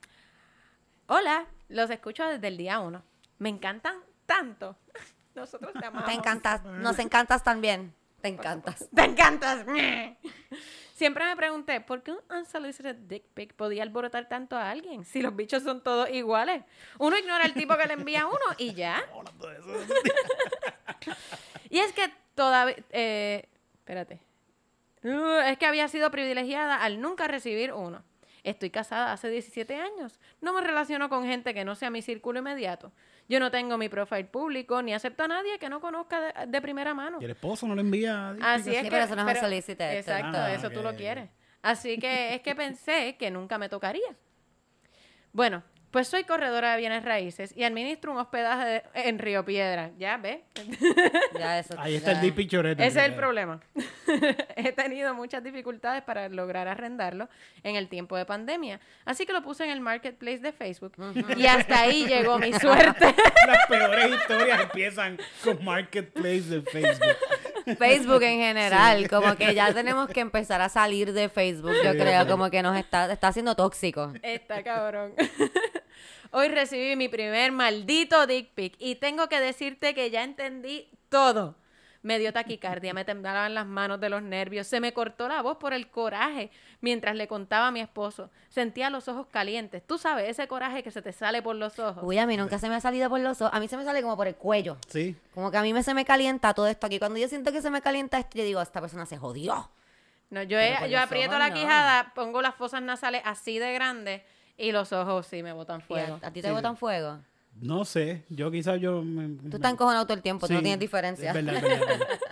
Hola, los escucho desde el día 1. Me encantan tanto. Nosotros te amamos. Te encantas. Nos encantas también. Te encantas. ¡Te encantas! Siempre me pregunté, ¿por qué un unsolicited dick pic podía alborotar tanto a alguien? Si los bichos son todos iguales. Uno ignora al tipo que le envía a uno y ya. Hablando de eso. Y es que todavía... espérate. Es que había sido privilegiada al nunca recibir uno. Estoy casada hace 17 años. No me relaciono con gente que no sea mi círculo inmediato. Yo no tengo mi profile público ni acepto a nadie que no conozca de primera mano. Y el esposo no le envía. Así es Sí, que, pero eso no es un solicited. Exacto, Ah, eso tú ok, lo ok. quieres. Así que es que pensé que nunca me tocaría. Bueno, pues soy corredora de bienes raíces y administro un hospedaje en Río Piedra. ¿Ya ves? Ya eso. Ahí está ya. el Deep Picture. Ese es el problema. He tenido muchas dificultades para lograr arrendarlo en el tiempo de pandemia. Así que lo puse en el marketplace de Facebook. Y hasta ahí llegó mi suerte. Las peores historias empiezan con Marketplace de Facebook. Facebook en general, como que ya tenemos que empezar a salir de Facebook, yo creo, como que nos está haciendo tóxico. Está cabrón. Hoy recibí mi primer maldito dick pic y tengo que decirte que ya entendí todo. Me dio taquicardia, me temblaban las manos de los nervios, se me cortó la voz por el coraje mientras le contaba a mi esposo. Sentía los ojos calientes. Tú sabes, ese coraje que se te sale por los ojos. Uy, a mí nunca se me ha salido por los ojos, a mí se me sale como por el cuello. Sí. Como que a mí se me calienta todo esto aquí. Cuando yo siento que se me calienta esto, yo digo, esta persona se jodió. No, Pero por yo los aprieto ojos, la no. quijada, pongo las fosas nasales así de grandes y los ojos sí me botan ¿Y fuego. ¿A ti te Sí. botan fuego? No sé. Yo quizás yo... Tú estás encojonado todo el tiempo, tú no Sí, tienes diferencia. Es verdad, es verdad, es verdad.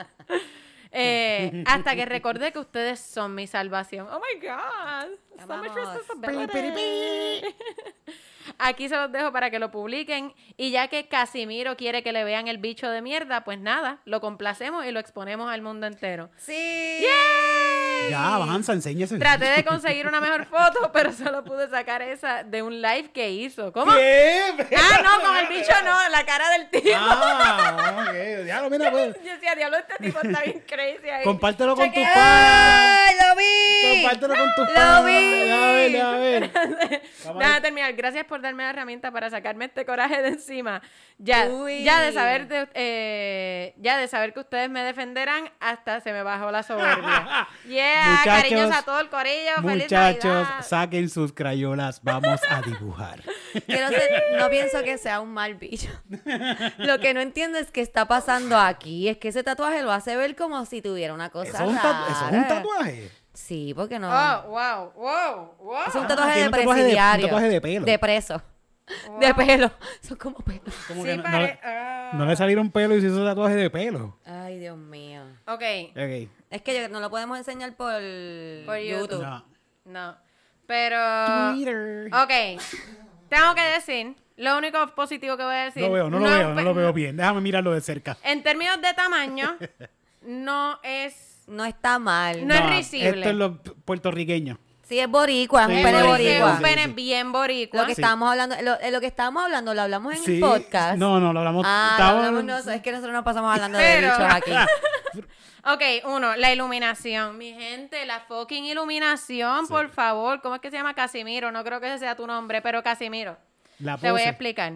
Hasta que recordé que ustedes son mi salvación. Oh my God. Te So much amamos. responsibility. Aquí se los dejo para que lo publiquen. Y ya que Casimiro quiere que le vean el bicho de mierda, pues nada, lo complacemos y lo exponemos al mundo entero. Sí. Ya, avanza, enséñese. Traté de conseguir una mejor foto, pero solo pude sacar esa de un live que hizo. ¿Cómo? ¿Qué? Ah, no, con el bicho no, la cara del tipo. Ah, ok. Diablo, mira, pues. Yo decía, diablo, este tipo está bien crazy ahí. Compártelo con tus Chequea. panas. ¡Ay, lo vi! Compártelo con tus ¡Lo panas. vi! A ver. Vamos a Nada, ver. terminar. Gracias por darme la herramienta para sacarme este coraje de encima. Ya, Uy. ya de saber que ustedes me defenderán, hasta se me bajó la soberbia. Yeah, Muchachos, cariños a todo el corillo. Feliz Muchachos, Navidad. saquen sus crayolas. Vamos a dibujar. No pienso que sea un mal bicho. Lo que no entiendo es qué está pasando aquí. Es que ese tatuaje lo hace ver como si tuviera una cosa ¿Eso es un rara. eso es un tatuaje? Sí, porque no. Oh, wow. Es un Ah, tatuaje tiene de un presidiario. tatuaje de pelo. De preso. Wow. De pelo. Son como pelos. Como Sí, que ah. no le salieron pelo y se hizo tatuaje de pelo. Ay, Dios mío. Ok, Ok. Es que no lo podemos enseñar por YouTube. No. no. Pero... Twitter. Ok, tengo que decir, lo único positivo que voy a decir... No lo veo bien. Déjame mirarlo de cerca. En términos de tamaño, no es... No está mal. No es risible. Esto es lo puertorriqueño. Sí, es boricua, es Sí, un pene sí, Porque es boricua. un sí, pene sí. bien boricua. Lo que estábamos hablando, lo que estábamos hablando, lo hablamos en Sí. el podcast. No, lo hablamos. Ah, lo estábamos- hablamos nosotros. Es que nosotros no pasamos hablando Pero- de bichos aquí. Ok, uno, la iluminación. Mi gente, la fucking iluminación, por favor. ¿Cómo es que se llama? Casimiro. No creo que ese sea tu nombre, pero Casimiro. La Te voy a pose. explicar.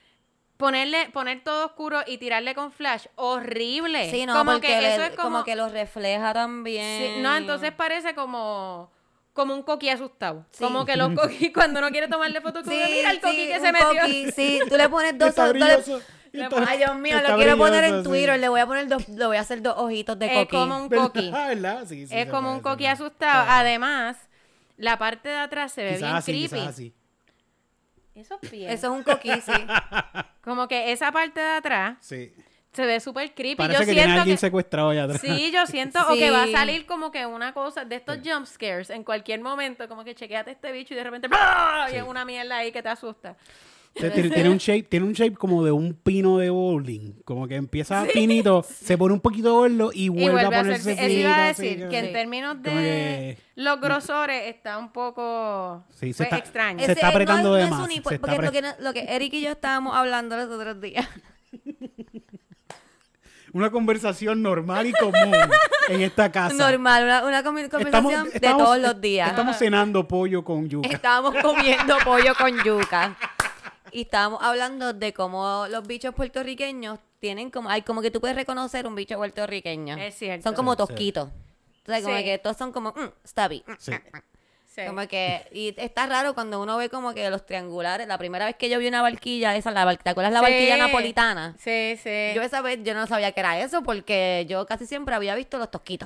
Poner todo oscuro y tirarle con flash, horrible. Sí, no, como porque que eso es como que lo refleja también. Sí, no, entonces parece como un coquí asustado. Sí. Como que los coquí cuando uno quiere tomarle fotos, como Sí, mira el coquí que un se metió. coquí, sí, tú le pones dos Está tú le- brilloso. Está- Ay, Dios mío, está lo quiero poner en brilloso, Twitter, sí. le voy a poner le voy a hacer dos ojitos de Es coquí. como un ¿Verdad? coquí. ¿Verdad? Sí, sí, Es se como puede, un se coquí puede. asustado. Está- Además, la parte de atrás se ve Quizás bien así, creepy. quizás así. Esos pies. Eso es un coquí, sí. Como que esa parte de atrás Sí. se ve súper creepy. Parece Yo que tiene a siento alguien que... secuestrado allá atrás. Sí, yo siento o que va a Sí. salir como que una cosa de estos jump scares en cualquier momento, como que chequeate este bicho y de repente ¡blah! Y Sí. es una mierda ahí que te asusta. Tiene un shape como de un pino de bowling. Como que empieza finito, se pone un poquito gordo y Y vuelve a vuelve a ponerse hacerse. Eso finito. iba a así, decir como- que en Sí. términos Como de que- los grosores está un poco Sí, se pues, está- extraño. se está apretando de más, Es se está porque lo que Eric y yo estábamos hablando los otros días. Una conversación normal y común en esta casa. Normal, una conversación de todos los días. Estamos cenando pollo con yuca. Estábamos comiendo pollo con yuca. Y estábamos hablando de cómo los bichos puertorriqueños tienen como... Hay como que tú puedes reconocer un bicho puertorriqueño. Es cierto. Son como Sí, sí. tosquitos. Entonces, como Sí. que todos son como... Stabby. Sí. Sí. Como que... Y está raro cuando uno ve como que los triangulares... La primera vez que yo vi una barquilla, ¿te acuerdas la Sí. barquilla napolitana? Sí, sí. Yo esa vez yo no sabía que era eso porque yo casi siempre había visto los tosquitos.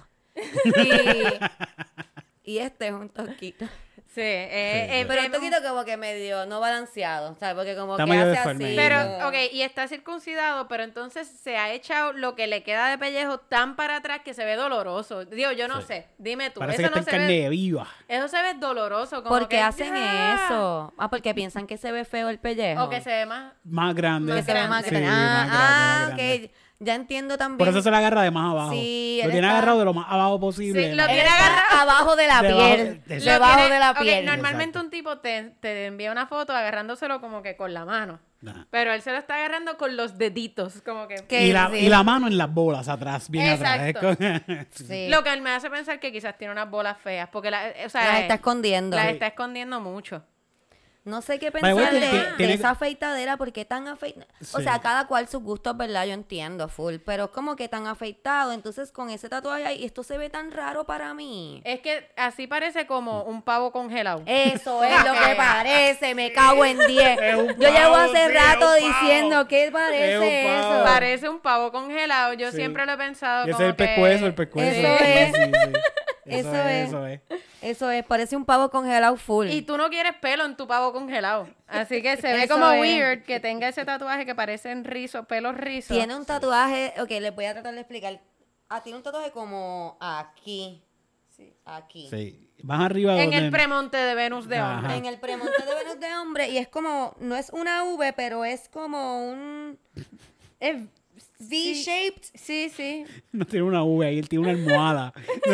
Y este es un tosquito. Sí, Pero el tosquito como que medio no balanceado, ¿sabes? Porque como Está que medio hace deforme. así. Pero, ¿no? ok, y está circuncidado, pero entonces se ha echado lo que le queda de pellejo tan para atrás que se ve doloroso. Digo, yo no Sí. sé, dime tú, Parece eso que no está se en ve, carne viva. eso se ve doloroso. Como ¿Por qué que, hacen ¡ah! eso? Porque piensan que se ve feo el pellejo. O que se ve más... Más grande. Que se ve más Sí, grande. más Ah, grande. ok. Ya entiendo también. Por eso se la agarra de más abajo. Sí, lo él tiene está- agarrado de lo más abajo posible. Sí, lo Él tiene está agarrado- abajo de la Debajo- piel. exacto. Debajo tiene- de la ok, piel. normalmente Exacto. un tipo te envía una foto agarrándoselo como que con la mano. Nah. Pero él se lo está agarrando con los deditos, como que... Que- Y la, sí. y la mano en las bolas atrás, bien Exacto. atrás. Sí. Sí. Lo que me hace pensar que quizás tiene unas bolas feas, porque o sea, Las está escondiendo. las Sí. está escondiendo mucho. No sé qué By the way, pensar de, tiene- de esa afeitadera, porque tan afeitado. O Sí. sea, cada cual sus gustos, ¿verdad? Yo entiendo, full. Pero es como que tan afeitado. Entonces, con ese tatuaje ahí, esto se ve tan raro para mí. Es que así parece como un pavo congelado. Eso es lo que parece, me cago en 10. Es un Yo llevo pavo, hace sí, rato es un pavo. diciendo, ¿qué Es parece un pavo. eso? Parece un pavo congelado. Yo Sí. siempre lo he pensado Y como ese es el que... pescuezo, el pescuezo. Eso es. Sí, sí. Eso es. Eso es. Eso es, parece un pavo congelado full. Y tú no quieres pelo en tu pavo congelado. Así que se ve Eso como es. weird que tenga ese tatuaje que parecen rizos, pelos rizos. Tiene un tatuaje, ok, les voy a tratar de explicar. Ah, tiene un tatuaje como aquí. Sí, aquí. Sí. Más arriba En donde... el premonte de Venus de Ajá. hombre. En el premonte de Venus de hombre, y es como, no es una V, pero es como un Es V-shaped. Sí, sí. No tiene una V ahí, él tiene una almohada.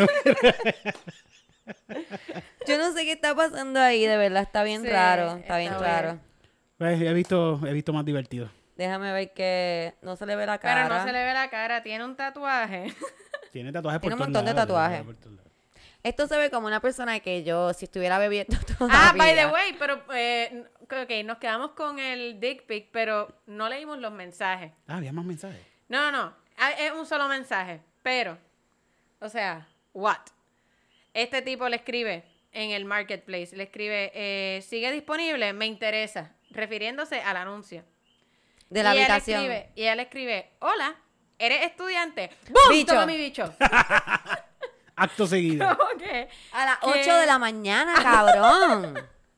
Yo no sé qué está pasando ahí, de verdad, está bien Sí, raro, está bien está raro. weird. Pues, he visto más divertido. Déjame ver que no se le ve la cara. Pero no se le ve la cara. Tiene un tatuaje. Tiene tatuajes por Tiene un todos montón de lados, tatuajes. por todos lados. Esto se ve como una persona que yo, si estuviera bebiendo todavía. Ah, by the way, pero... ok, nos quedamos con el dick pic, pero no leímos los mensajes. Ah, había más mensajes. No. Es un solo mensaje. Pero, o sea, what? Este tipo le escribe en el marketplace, le escribe, sigue disponible, me interesa, refiriéndose al anuncio. De la Y él habitación. y ella le escribe, hola, ¿eres estudiante? ¡Bum! Bicho. Toma mi bicho. Acto seguido. Ok. A las ¿Qué? 8 de la mañana, cabrón.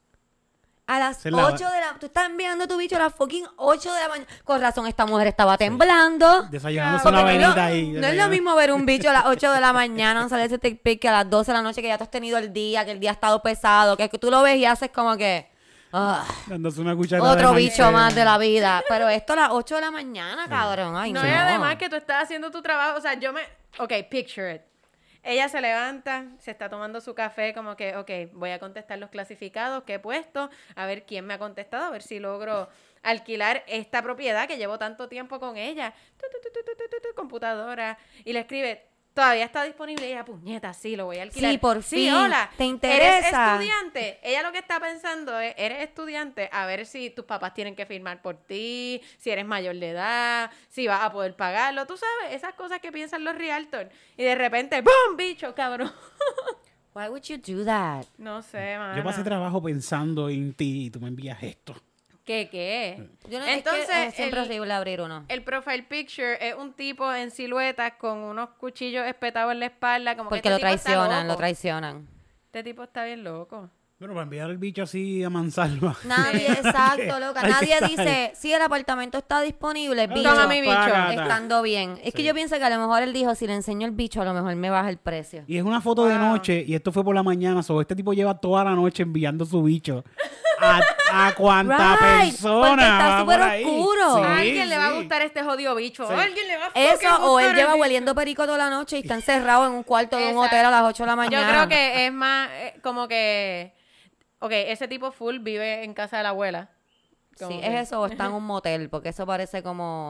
A las Se la- 8 de la... Tú estás enviando tu bicho a las fucking 8 de la mañana. Con razón, esta mujer estaba temblando. Desayunándose Porque una no es venita lo- ahí. No es lo desayunando. mismo ver un bicho a las 8 de la mañana, sale ese tic pic que a las 12 de la noche que ya tú has tenido el día, que el día ha estado pesado, que tú lo ves y haces como que... ah, Dándose una cucharada otro de bicho maicena. más de la vida. Pero esto a las 8 de la mañana, cabrón. Ay, no. No, y además que tú estás haciendo tu trabajo, o sea, ok, picture it. Ella se levanta, se está tomando su café, como que, ok, voy a contestar los clasificados que he puesto, a ver quién me ha contestado, a ver si logro alquilar esta propiedad que llevo tanto tiempo con ella. Computadora. Y le escribe, todavía está disponible. Y ella, puñeta, sí, lo voy a alquilar. Sí, por Sí, fin. hola. ¿Te interesa? ¿Eres estudiante? Ella lo que está pensando es, eres estudiante, a ver si tus papás tienen que firmar por ti, si eres mayor de edad, si vas a poder pagarlo. Tú sabes, esas cosas que piensan los realtors. Y de repente, ¡bum! Bicho, cabrón. Why would you do that? No sé, mano. Yo pasé trabajo pensando en ti y tú me envías esto. ¿Qué? Yo no, Entonces, es que es siempre horrible abrir uno. el profile picture es un tipo en silueta con unos cuchillos espetados en la espalda. Como Porque que lo este tipo está traicionan, loco. lo traicionan. Este tipo está bien loco. Bueno, para enviar el bicho así a mansalva. Nadie, exacto, loca. Hay que Nadie estar. dice, sí, el apartamento está disponible, bicho, Toma mi bicho. Págata. estando bien. Es que Sí. yo pienso que a lo mejor él dijo, si le enseño el bicho, a lo mejor me baja el precio. Y es una foto de Wow. noche y esto fue por la mañana. Este tipo lleva toda la noche enviando su bicho a cuanta Right, persona. porque está va súper por ahí. oscuro. Sí, a alguien le va a sí. gustar este jodido bicho. Sí. A alguien le va a fucking Eso, o él gustar lleva el bicho. hueliendo perico toda la noche y está encerrado en un cuarto de un Exacto. hotel a las 8 de la Yo mañana. creo que es más como que... Ok, ese tipo full vive en casa de la abuela. Como Sí, que- es eso, o está en un motel, porque eso parece como...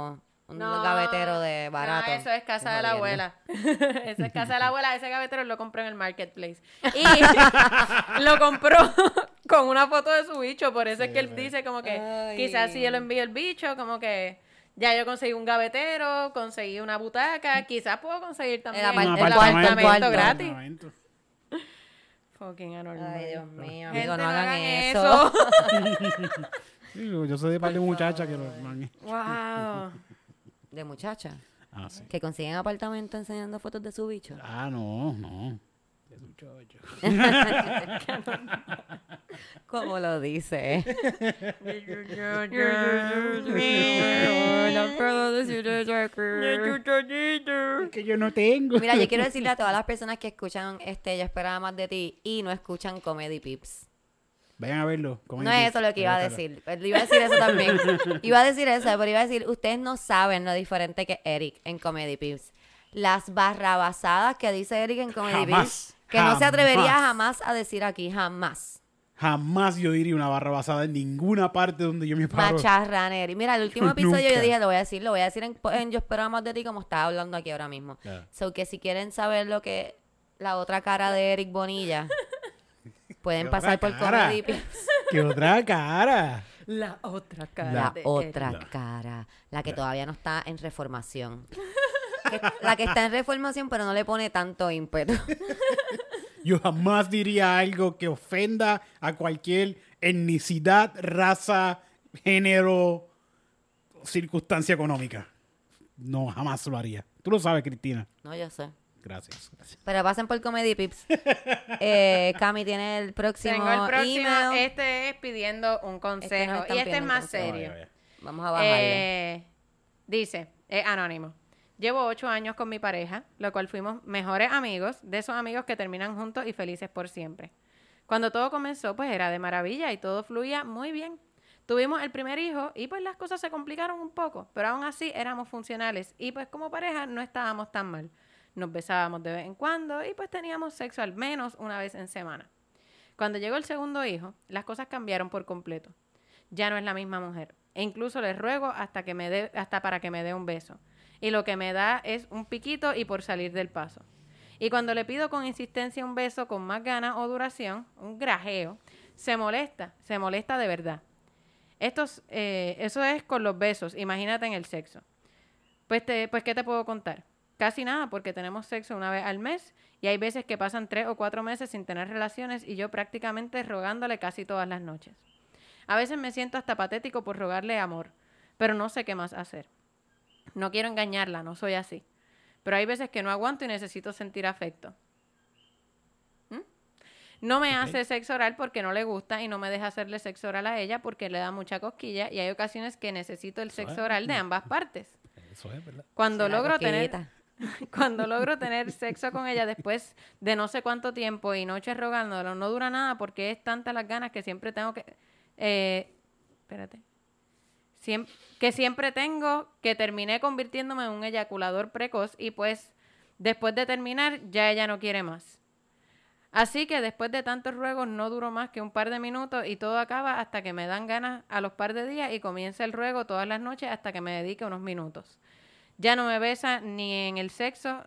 Un No, gavetero de barato. No, eso es casa Qué de la jodienda. abuela. Eso es casa de la abuela. Ese gavetero lo compró en el marketplace. Y lo compró con una foto de su bicho. Por eso es que él dice como que Ay. quizás si yo le envío el bicho, como que ya yo conseguí un gavetero, conseguí una butaca. Quizás puedo conseguir también El el apartamento apartamento gratis. Apartamento. Fucking anormal. Ay, Dios mío, Gente, amigo, no hagan eso. Sí, yo soy de par de muchachas que lo van. Wow. De muchacha. Ah, sí. Que consiguen apartamento enseñando fotos de su bicho. Ah, no. Es un chocho. ¿Cómo lo dice? Es que yo no tengo. Mira, yo quiero decirle a todas las personas que escuchan Yo esperaba más de ti y no escuchan Comedy Pips. Vayan a verlo. No es eso lo que iba a decir. Iba a decir eso también. Iba a decir eso, pero iba a decir, ustedes no saben lo diferente que Eric en Comedy Pips. Las barrabasadas que dice Eric en Comedy Pips, que no se atrevería jamás a decir aquí, jamás. Jamás yo diría una barra basada en ninguna parte donde yo me paro. Macharraner. Y mira, el último episodio Nunca. yo dije, lo voy a decir en Yo esperaba más de ti como estaba hablando aquí ahora mismo. Claro. So que si quieren saber lo que la otra cara de Eric Bonilla, pueden ¿Qué pasar otra por cara? Comedy Pips. ¡Qué otra cara! La otra cara. La de otra Eric. cara, la que todavía no está en reformación. La que está en reformación, pero no le pone tanto ímpetu. Yo jamás diría algo que ofenda a cualquier etnicidad, raza, género, circunstancia económica. No, jamás lo haría. Tú lo sabes, Cristina. No, yo sé. Gracias. Pero pasen por Comedy Pips. Cami tiene el próximo, Tengo el próximo. email. Este es pidiendo un consejo. nos están Y este es pidiendo más un consejo. serio. Vamos a bajarle. Dice, es anónimo. Llevo 8 años con mi pareja, lo cual fuimos mejores amigos, de esos amigos que terminan juntos y felices por siempre. Cuando todo comenzó, pues era de maravilla y todo fluía muy bien. Tuvimos el primer hijo y pues las cosas se complicaron un poco, pero aún así éramos funcionales y pues como pareja no estábamos tan mal. Nos besábamos de vez en cuando y pues teníamos sexo al menos una vez en semana. Cuando llegó el segundo hijo, las cosas cambiaron por completo. Ya no es la misma mujer. E incluso le ruego hasta para que me dé un beso. Y lo que me da es un piquito y por salir del paso. Y cuando le pido con insistencia un beso con más ganas o duración, un grajeo, se molesta de verdad. Eso es con los besos, imagínate en el sexo. Pues, ¿qué te puedo contar? Casi nada, porque tenemos sexo una vez al mes y hay veces que pasan 3 o 4 meses sin tener relaciones y yo prácticamente rogándole casi todas las noches. A veces me siento hasta patético por rogarle amor, pero no sé qué más hacer. No quiero engañarla, no soy así. Pero hay veces que no aguanto y necesito sentir afecto. No me hace sexo oral porque no le gusta y no me deja hacerle sexo oral a ella porque le da mucha cosquilla y hay ocasiones que necesito el sexo oral de ambas partes. Eso es, ¿verdad? Cuando La logro cosquillita. tener sexo con ella después de no sé cuánto tiempo y noches rogándolo, no dura nada porque es tantas las ganas que siempre tengo que... siempre tengo que terminé convirtiéndome en un eyaculador precoz y pues después de terminar ya ella no quiere más. Así que después de tantos ruegos no duró más que un par de minutos y todo acaba hasta que me dan ganas a los par de días y comienza el ruego todas las noches hasta que me dedique unos minutos. Ya no me besa ni en el sexo.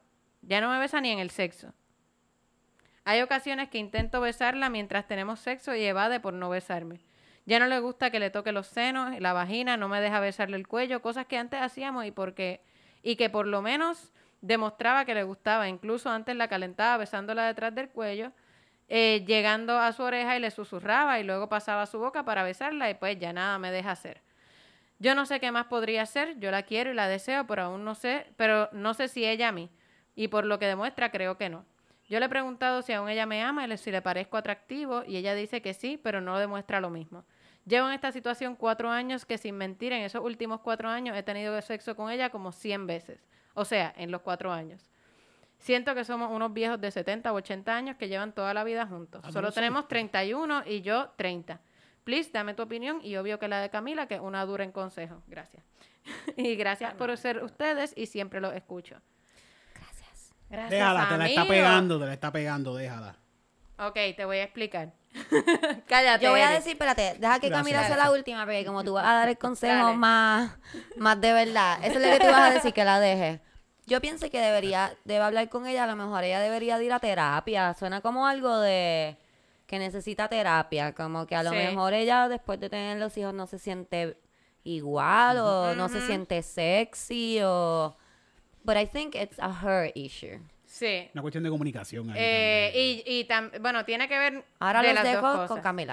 Hay ocasiones que intento besarla mientras tenemos sexo y evade por no besarme. Ya no le gusta que le toque los senos, la vagina, no me deja besarle el cuello, cosas que antes hacíamos y que por lo menos demostraba que le gustaba. Incluso antes la calentaba besándola detrás del cuello, llegando a su oreja y le susurraba y luego pasaba a su boca para besarla y pues ya nada me deja hacer. Yo no sé qué más podría hacer, yo la quiero y la deseo, pero no sé si ella a mí. Y por lo que demuestra, creo que no. Yo le he preguntado si aún ella me ama y si le parezco atractivo y ella dice que sí, pero no demuestra lo mismo. Llevo en esta situación 4 años que sin mentir, en esos últimos 4 años he tenido sexo con ella como 100 veces. O sea, en los 4 años. Siento que somos unos viejos de 70 o 80 años que llevan toda la vida juntos. Solo tenemos 31 y yo 30. Please, dame tu opinión y obvio que la de Camila, que es una dura en consejo. Gracias. Y gracias por ser ustedes y siempre los escucho. Gracias. Gracias, Déjala, te la está amigo. pegando, déjala. Ok, te voy a explicar. Cállate. Yo voy a Eric. decir, espérate, deja que Camila sea Gracias. la última, porque como tú vas a dar el consejo Dale. más de verdad, eso es lo que tú vas a decir, que la dejes. Yo pienso que debe hablar con ella, a lo mejor ella debería de ir a terapia, suena como algo de que necesita terapia, como que a lo Sí. mejor ella después de tener los hijos no se siente igual o no se siente sexy o... But I think it's a her issue. Sí. Una cuestión de comunicación ahí Bueno, tiene que ver Ahora de los las dos dejo cosas. con Camila.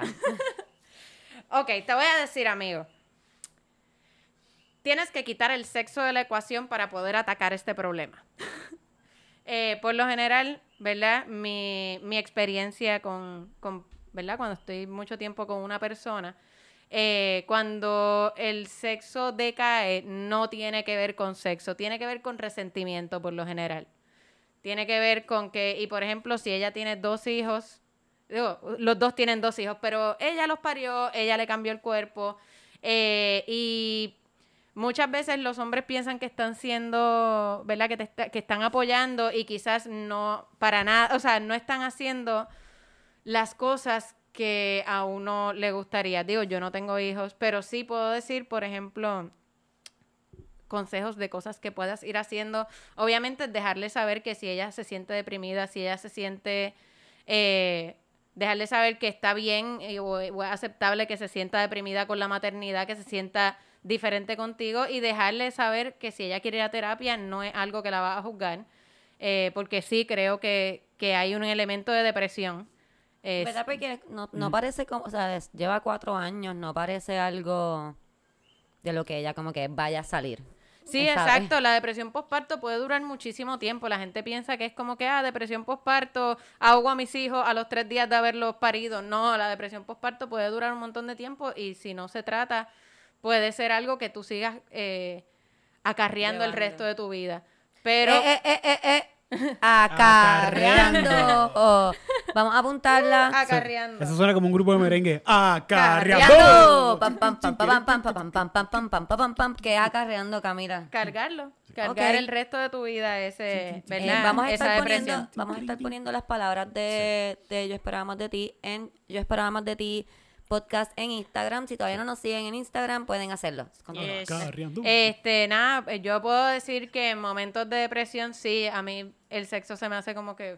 Ok, te voy a decir, amigo. Tienes que quitar el sexo de la ecuación para poder atacar este problema. Por lo general, ¿verdad? Mi experiencia ¿verdad? Cuando estoy mucho tiempo con una persona, cuando el sexo decae, no tiene que ver con sexo, tiene que ver con resentimiento por lo general. Tiene que ver con que, y por ejemplo, si ella tiene 2 hijos, digo, los dos tienen 2 hijos, pero ella los parió, ella le cambió el cuerpo, y muchas veces los hombres piensan que están siendo, ¿verdad? Que están apoyando y quizás no, para nada, o sea, no están haciendo las cosas que a uno le gustaría. Digo, yo no tengo hijos, pero sí puedo decir, por ejemplo, consejos de cosas que puedas ir haciendo. Obviamente, dejarle saber que si ella se siente deprimida, si ella se siente... dejarle saber que está bien o es aceptable que se sienta deprimida con la maternidad, que se sienta diferente contigo y dejarle saber que si ella quiere ir a terapia no es algo que la va a juzgar, porque sí creo que hay un elemento de depresión. ¿Verdad? Porque no parece como, o sea, lleva 4 años, no parece algo de lo que ella como que vaya a salir. Sí, ¿sabes? exacto. La depresión postparto puede durar muchísimo tiempo. La gente piensa que es como que, depresión postparto, ahogo a mis hijos a los 3 días de haberlos parido. No, la depresión postparto puede durar un montón de tiempo y si no se trata, puede ser algo que tú sigas acarreando el resto de tu vida. Pero... Acarreando. Oh, vamos a apuntarla. acarreando. Eso suena como un grupo de merengue. ¡Acarreando! Acarreando. Pam, pam, pam, pam, pam, pam, pam, pam, pam, pam, pam, pam, pam. ¿Qué es acarreando, Camila? Cargarlo. Cargar Ok. el resto de tu vida ¿verdad? Vamos a Esa estar depresión. poniendo las palabras de Yo Esperaba Más de Ti en Yo Esperaba Más de Ti podcast en Instagram. Si todavía no nos siguen en Instagram, pueden hacerlo. Yes. Acarreando. Nada, yo puedo decir que en momentos de depresión, sí, a mí el sexo se me hace como que...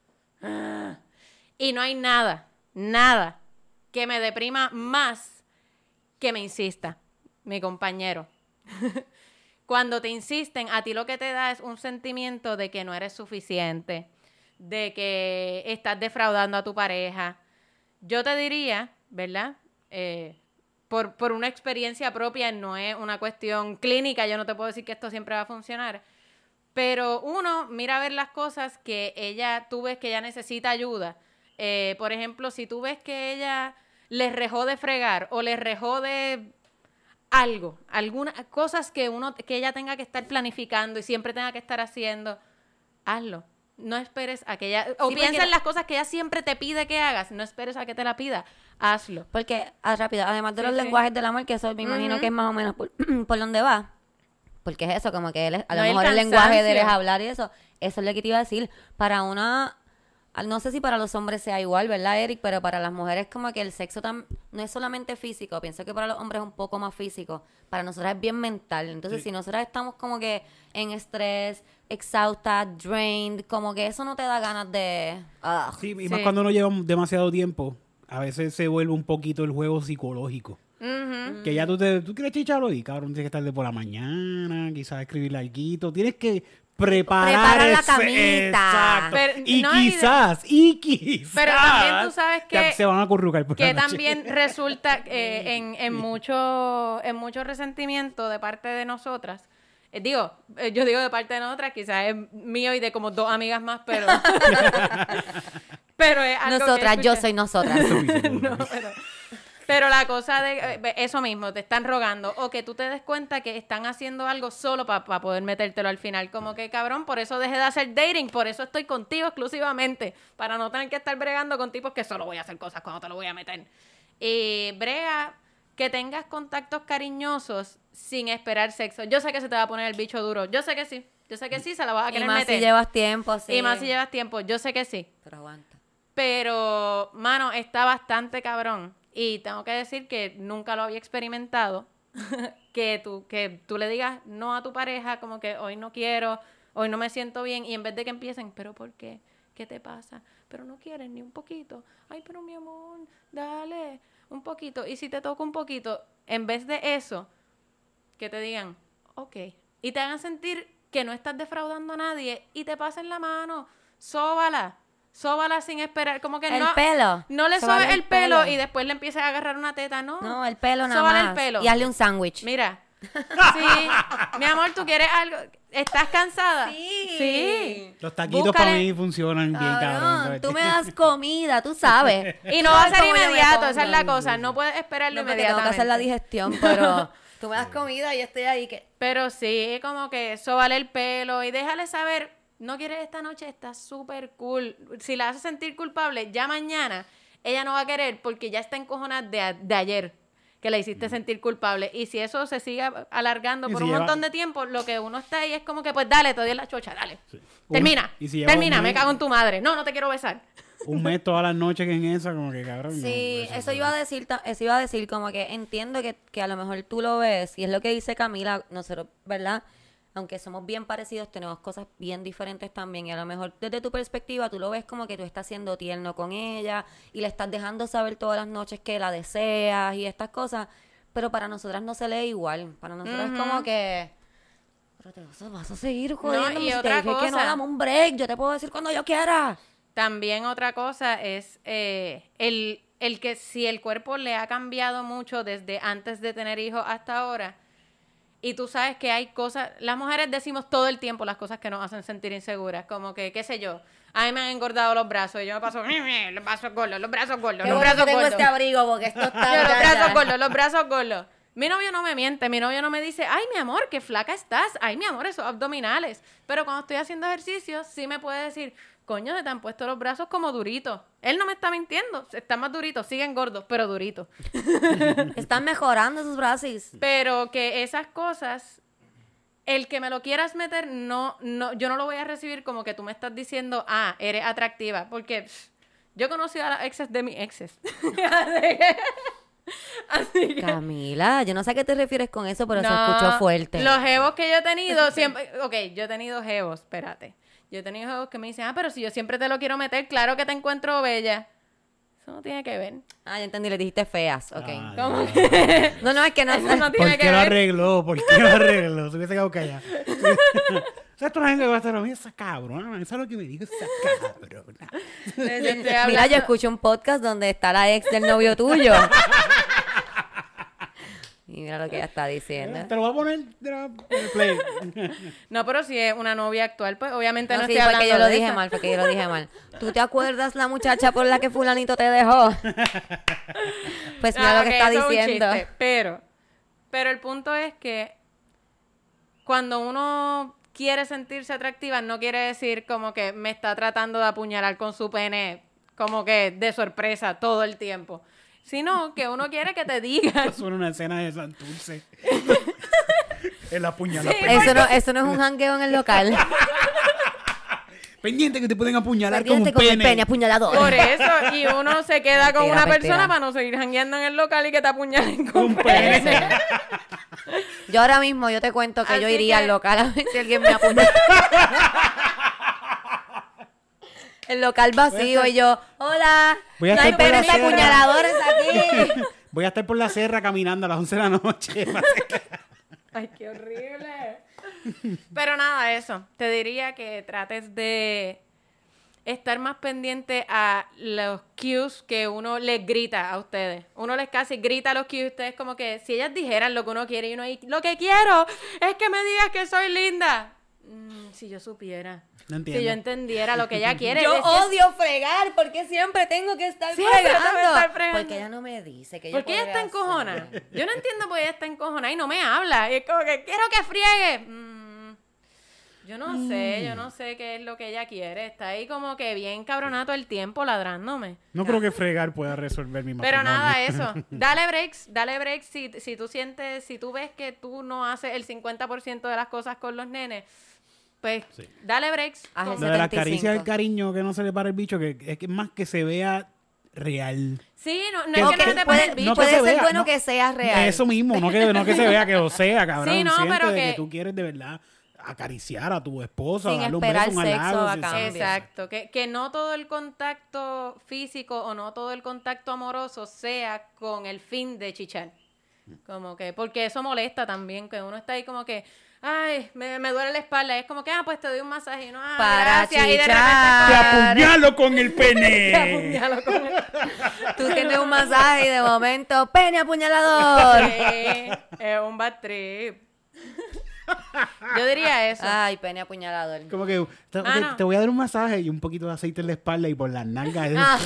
Y no hay nada que me deprima más que me insista mi compañero. Cuando te insisten, a ti lo que te da es un sentimiento de que no eres suficiente, de que estás defraudando a tu pareja. Yo te diría, ¿verdad? Por una experiencia propia, no es una cuestión clínica, yo no te puedo decir que esto siempre va a funcionar, pero uno mira a ver las cosas que tú ves que ella necesita ayuda. Por ejemplo, si tú ves que ella le rejó de fregar o le rejó de algunas cosas que ella tenga que estar planificando y siempre tenga que estar haciendo, hazlo. No esperes a que ella... O Sí, piensa porque- en las cosas que ella siempre te pide que hagas. No esperes a que te la pida. Hazlo. Porque, rápido, además de Sí, los sí. lenguajes del amor, que eso me imagino que es más o menos por donde va. Porque es eso, como que a lo No, el mejor el lenguaje de cansancio. hablar y eso es lo que te iba a decir. Para no sé si para los hombres sea igual, ¿verdad, Eric? Pero para las mujeres como que el sexo no es solamente físico. Pienso que para los hombres es un poco más físico. Para nosotras es bien mental. Entonces, Sí. si nosotras estamos como que en estrés, exhaustas, drained, como que eso no te da ganas de... ugh. Sí, y Sí. más cuando uno lleva demasiado tiempo, a veces se vuelve un poquito el juego psicológico. Ujú. Que ya tú quieres chicharlo y cabrón, tienes que estar de por la mañana, quizás escribirle alguito. Tienes que preparar la ese- camita. Exacto. Pero y no, quizás, Pero también tú sabes que se van a acurrucar por que la noche. también resulta en mucho resentimiento de parte de nosotras. Yo digo de parte de nosotras, quizás es mío y de como 2 amigas más, pero pero es algo que Nosotras, yo escuché. soy nosotras. No, pero la cosa de eso mismo, te están rogando o que tú te des cuenta que están haciendo algo solo para poder metértelo al final, como que cabrón, por eso dejé de hacer dating, por eso estoy contigo exclusivamente, para no tener que estar bregando con tipos que solo voy a hacer cosas cuando te lo voy a meter. Y brega que tengas contactos cariñosos sin esperar sexo. Yo sé que se te va a poner el bicho duro, yo sé que sí, se la vas a Y querer más meter. si llevas tiempo, sí. Y más si llevas tiempo, yo sé que sí. Pero aguanta. Pero, mano, está bastante cabrón. Y tengo que decir que nunca lo había experimentado. que tú le digas no a tu pareja, como que hoy no quiero, hoy no me siento bien, y en vez de que empiecen, ¿pero por qué? ¿Qué te pasa? Pero no quieres ni un poquito. Ay, pero mi amor, dale, un poquito. Y si te toca un poquito, en vez de eso, que te digan, ok. Y te hagan sentir que no estás defraudando a nadie y te pasen la mano, sóbala sin esperar, como que El pelo. no le Sóbale sobes el pelo y después le empieces a agarrar una teta, no. No, el pelo nada Sóbale más. el pelo. Y hazle un sándwich. Mira, sí, mi amor, ¿tú quieres algo? ¿Estás cansada? Sí. Los taquitos Búscale. para mí funcionan bien, cabrón. Tú me das comida, tú sabes. Y no va a ser ¿Cómo yo me inmediato, esa es la pongo? cosa, no puedes esperarlo No, porque tengo que hacer la inmediatamente. digestión, pero tú me das comida y yo estoy ahí que... Pero sí, como que sóbale el pelo y déjale saber, no quieres esta noche, está súper cool. Si la haces sentir culpable, ya mañana ella no va a querer porque ya está encojonada de ayer, que la hiciste sentir culpable. Y si eso se sigue alargando Y por si un lleva- montón de tiempo, lo que uno está ahí es como que, pues dale, te doy la chocha, dale. Sí. Termina, Y si lleva termina, un me mes- cago en tu madre. No te quiero besar. Un mes todas las noches que en esa, como que cabrón. Sí, no, eso iba a decir como que entiendo que a lo mejor tú lo ves y es lo que dice Camila, nosotros, ¿verdad? Aunque somos bien parecidos, tenemos cosas bien diferentes también y a lo mejor desde tu perspectiva tú lo ves como que tú estás siendo tierno con ella y le estás dejando saber todas las noches que la deseas y estas cosas, pero para nosotras no se lee igual, para nosotras es como que... Pero te vas a seguir jodiendo. y si te otra dije que no, cosa. dame un break, yo te puedo decir cuando yo quiera. También otra cosa es el que si el cuerpo le ha cambiado mucho desde antes de tener hijos hasta ahora, y tú sabes que hay cosas, las mujeres decimos todo el tiempo las cosas que nos hacen sentir inseguras, como que, qué sé yo, a mí me han engordado los brazos y yo me paso, los brazos gordos, los brazos gordos, Qué los bueno brazos que tengo gordos. este abrigo porque esto está... Yo, los ya, brazos ya. gordos, los brazos gordos. Mi novio no me miente, mi novio no me dice, ay, mi amor, qué flaca estás, ay, mi amor, esos abdominales. Pero cuando estoy haciendo ejercicio, sí me puede decir, coño, se te han puesto los brazos como duritos. Él no me está mintiendo, están más duritos, siguen gordos, pero duritos. Están mejorando sus brazos. Pero que esas cosas, el que me lo quieras meter, no, yo no lo voy a recibir como que tú me estás diciendo, eres atractiva, porque yo he conocido a las exes de mis exes. Así que... Camila, yo no sé a qué te refieres con eso, pero se escuchó fuerte. Los jevos que yo he tenido siempre... Ok, yo he tenido jevos, espérate. Yo he tenido jevos que me dicen, pero si yo siempre te lo quiero meter, claro que te encuentro bella. Eso no tiene que ver. Ya entendí, le dijiste feas. Ok. Ah, ¿Cómo ya. que? No, es que no. Eso no ¿Por tiene qué que lo ver. arregló? ¿Por qué lo arregló? Se hubiese quedado callado. O sea, esto la gente que va a estar a mí, esa cabrona. Eso es lo que me dijo, esa cabrona. Mira, yo escuché un podcast donde está la ex del novio tuyo. Y mira lo que ella está diciendo. Te lo voy a poner de play. No, pero si es una novia actual, pues obviamente no, No, sí, estoy fue hablando que yo lo de dije eso. mal, fue que yo lo dije mal. ¿Tú te acuerdas la muchacha por la que fulanito te dejó? Pues mira lo que ok, está eso es un diciendo. chiste, pero el punto es que cuando uno quiere sentirse atractiva, no quiere decir como que me está tratando de apuñalar con su pene como que de sorpresa todo el tiempo. Sino que uno quiere que te digan. Suena una escena de Santurce. En la puñalada. Sí, Eso no es un jangueo en el local. Pendiente que te pueden apuñalar con un Pendiente con el pene. pene apuñalador. Por eso, y uno se queda con Mentira, una persona mentira. para no seguir jangueando en el local y que te apuñalen con Un pene. pene. Yo ahora mismo, yo te cuento que yo Así iría que- al local a ver si alguien me apuñala. El local vacío y yo, hola, Voy a no hay estar por la penes acera. apuñaladores aquí. Voy a estar por la serra caminando a las 11 de la noche. Ay, qué horrible. Pero nada, eso. Te diría que trates de estar más pendiente a los cues que uno les grita a ustedes. Uno les casi grita a los cues. Ustedes como que si ellas dijeran lo que uno quiere y uno ahí, lo que quiero es que me digas que soy linda. Si yo supiera. No entiendo. Si yo entendiera lo que ella quiere. Yo es que- odio fregar porque siempre tengo que estar Siempre tengo que fregando. estar fregando. Porque ella no me dice que yo ¿Por qué ella está podría encojona? hacer. Yo no entiendo por qué ella está encojona y no me habla. Y es como que quiero que friegue. Yo no sé qué es lo que ella quiere. Está ahí como que bien cabronato el tiempo ladrándome. No creo que fregar pueda resolver mi matrimonio. Pero nada, eso. Dale breaks si tú sientes, si tú ves que tú no haces el 50% de las cosas con los nenes. pues Sí. dale breaks. Haz el Lo de las 75. caricias del cariño que no se le para el bicho, que es que más que se vea real. Sí, no Que- es que no que- se te pare el no bicho. que Puede se ser vea, bueno no. que sea real. Eso mismo, no que se vea, que lo sea, cabrón. Sí, no, Siente pero de que- que tú quieres de verdad acariciar a tu esposa, Sin darle un esperar beso, un sexo halago. a sí, cambio. Exacto, que no todo el contacto físico o no todo el contacto amoroso sea con el fin de chichar. Como que, porque eso molesta también, que uno está ahí como que, ay, me duele la espalda. Es como que, pues te doy un masaje. Y no, Para gracias. Y de chichar. ¡Te repente apuñalo con el te pene! apuñalo con el... Tú tienes un masaje y de momento, pene apuñalador. Sí, es un bad trip. Yo diría eso. Ay, pene apuñalador. Como que no. te voy a dar un masaje y un poquito de aceite en la espalda y por las nalgas.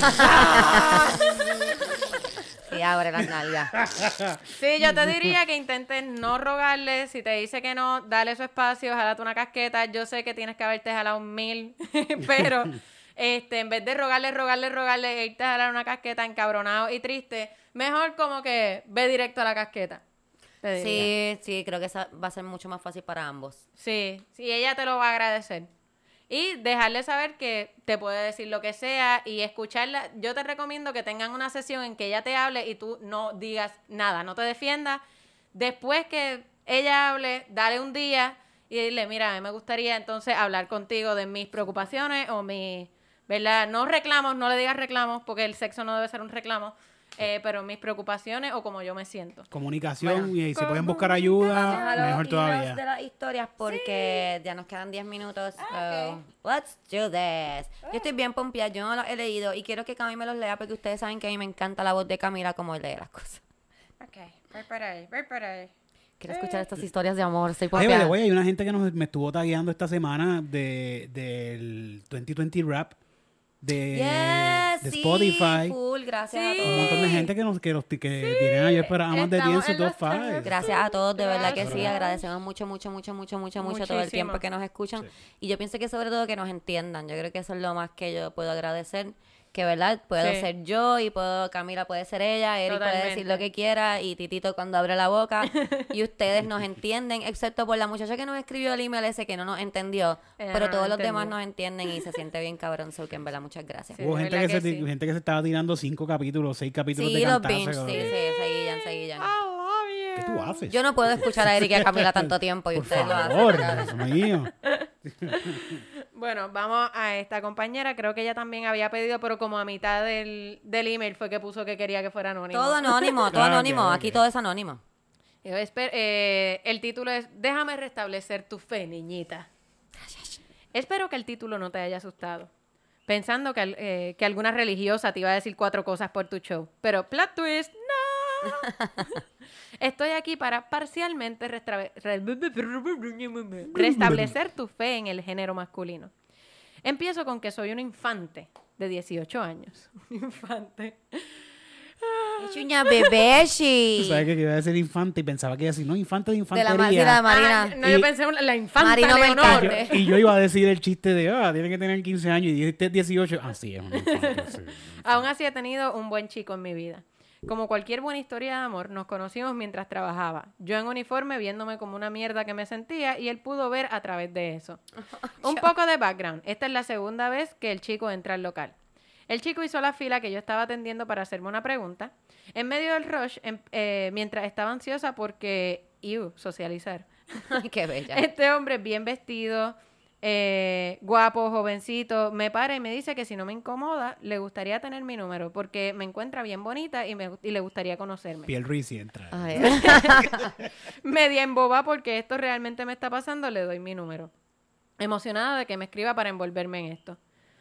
Y abre las nalgas. Sí, yo te diría que intentes no rogarle. Si te dice que no, dale su espacio, jálate una casqueta. Yo sé que tienes que haberte jalado 1000, pero en vez de rogarle e irte a jalar una casqueta encabronado y triste, mejor como que ve directo a la casqueta. te diría. Sí, creo que esa va a ser mucho más fácil para ambos. Sí, ella te lo va a agradecer. Y dejarle saber que te puede decir lo que sea y escucharla. Yo te recomiendo que tengan una sesión en que ella te hable y tú no digas nada, no te defiendas. Después que ella hable, dale un día y dile, mira, a mí me gustaría entonces hablar contigo de mis preocupaciones o mis, ¿verdad? No reclamos, no le digas reclamos porque el sexo no debe ser un reclamo, pero mis preocupaciones o como yo me siento. Comunicación Bueno. y si pueden buscar ayuda, A los mejor hilos todavía. de las historias porque ya nos quedan 10 minutos. Ok. Let's do this. Yo estoy bien pompeada, yo no los he leído y quiero que Cami me los lea porque ustedes saben que a mí me encanta la voz de Camila como él lee las cosas. Ok, voy por ahí. Quiero escuchar estas historias de amor, estoy Oye, pompeada. hay una gente que me estuvo tagueando esta semana del 2020 Rap de Sí, Spotify. full, gracias a Sí. todos. Un montón de gente que tienen ayer para Amas de 10 en su estamos en top los trends. 5. Gracias a todos, de verdad que sí, Gracias. agradecemos mucho todo el Muchísimo. tiempo que nos escuchan. Sí. Y yo pienso que sobre todo que nos entiendan, yo creo que eso es lo más que yo puedo agradecer, que verdad, puedo Sí. ser yo y Camila puede ser ella, Eric puede decir Totalmente. lo que quiera y Titito cuando abre la boca y ustedes nos entienden, excepto por la muchacha que nos escribió el email ese que no nos entendió, pero no todos los entendió. demás nos entienden y se siente bien cabrón, so que en verdad muchas gracias. Sí. Hubo de gente verdad que, que sí. gente que se estaba tirando 5 capítulos, 6 capítulos Sí, de los cantazo. binge, cabrón. sí, seguillan. ¿Qué tú haces? Yo no puedo escuchar a Eric y a Camila tanto tiempo y Por ustedes lo favor, hacen. Dios mío. Bueno, vamos a esta compañera. Creo que ella también había pedido, pero como a mitad del email fue que puso que quería que fuera anónimo. Todo anónimo, todo Ah, anónimo. ok, Aquí ok. todo es anónimo. El título es Déjame restablecer tu fe, niñita. Espero que el título no te haya asustado. Pensando que alguna religiosa te iba a decir 4 cosas por tu show. Pero plot twist, no. Estoy aquí para parcialmente restablecer tu fe en el género masculino. Empiezo con que soy un infante de 18 años. Un infante. Es una bebeshi. Tú sabes que iba a decir infante y pensaba que iba a decir, no, infante de De infantería. la Marina. Marina. No, yo Y- pensé en la infanta Marino Leonor. Mercante. Y yo iba a decir el chiste de, tiene que tener 15 años y este es 18. Ah, sí, es un infante, sí. Aún así he tenido un buen chico en mi vida. Como cualquier buena historia de amor, nos conocimos mientras trabajaba. Yo en uniforme viéndome como una mierda que me sentía y él pudo ver a través de eso. Un poco de background. Esta es la segunda vez que el chico entra al local. El chico hizo la fila que yo estaba atendiendo para hacerme una pregunta. En medio del rush, mientras estaba ansiosa porque... socializar. Ay, qué bella. Este hombre bien vestido, guapo, jovencito, me para y me dice que si no me incomoda, le gustaría tener mi número porque me encuentra bien bonita y le gustaría conocerme. Piel Rizzi entra. Ay, Media emboba porque esto realmente me está pasando, le doy mi número. Emocionada de que me escriba para envolverme en esto.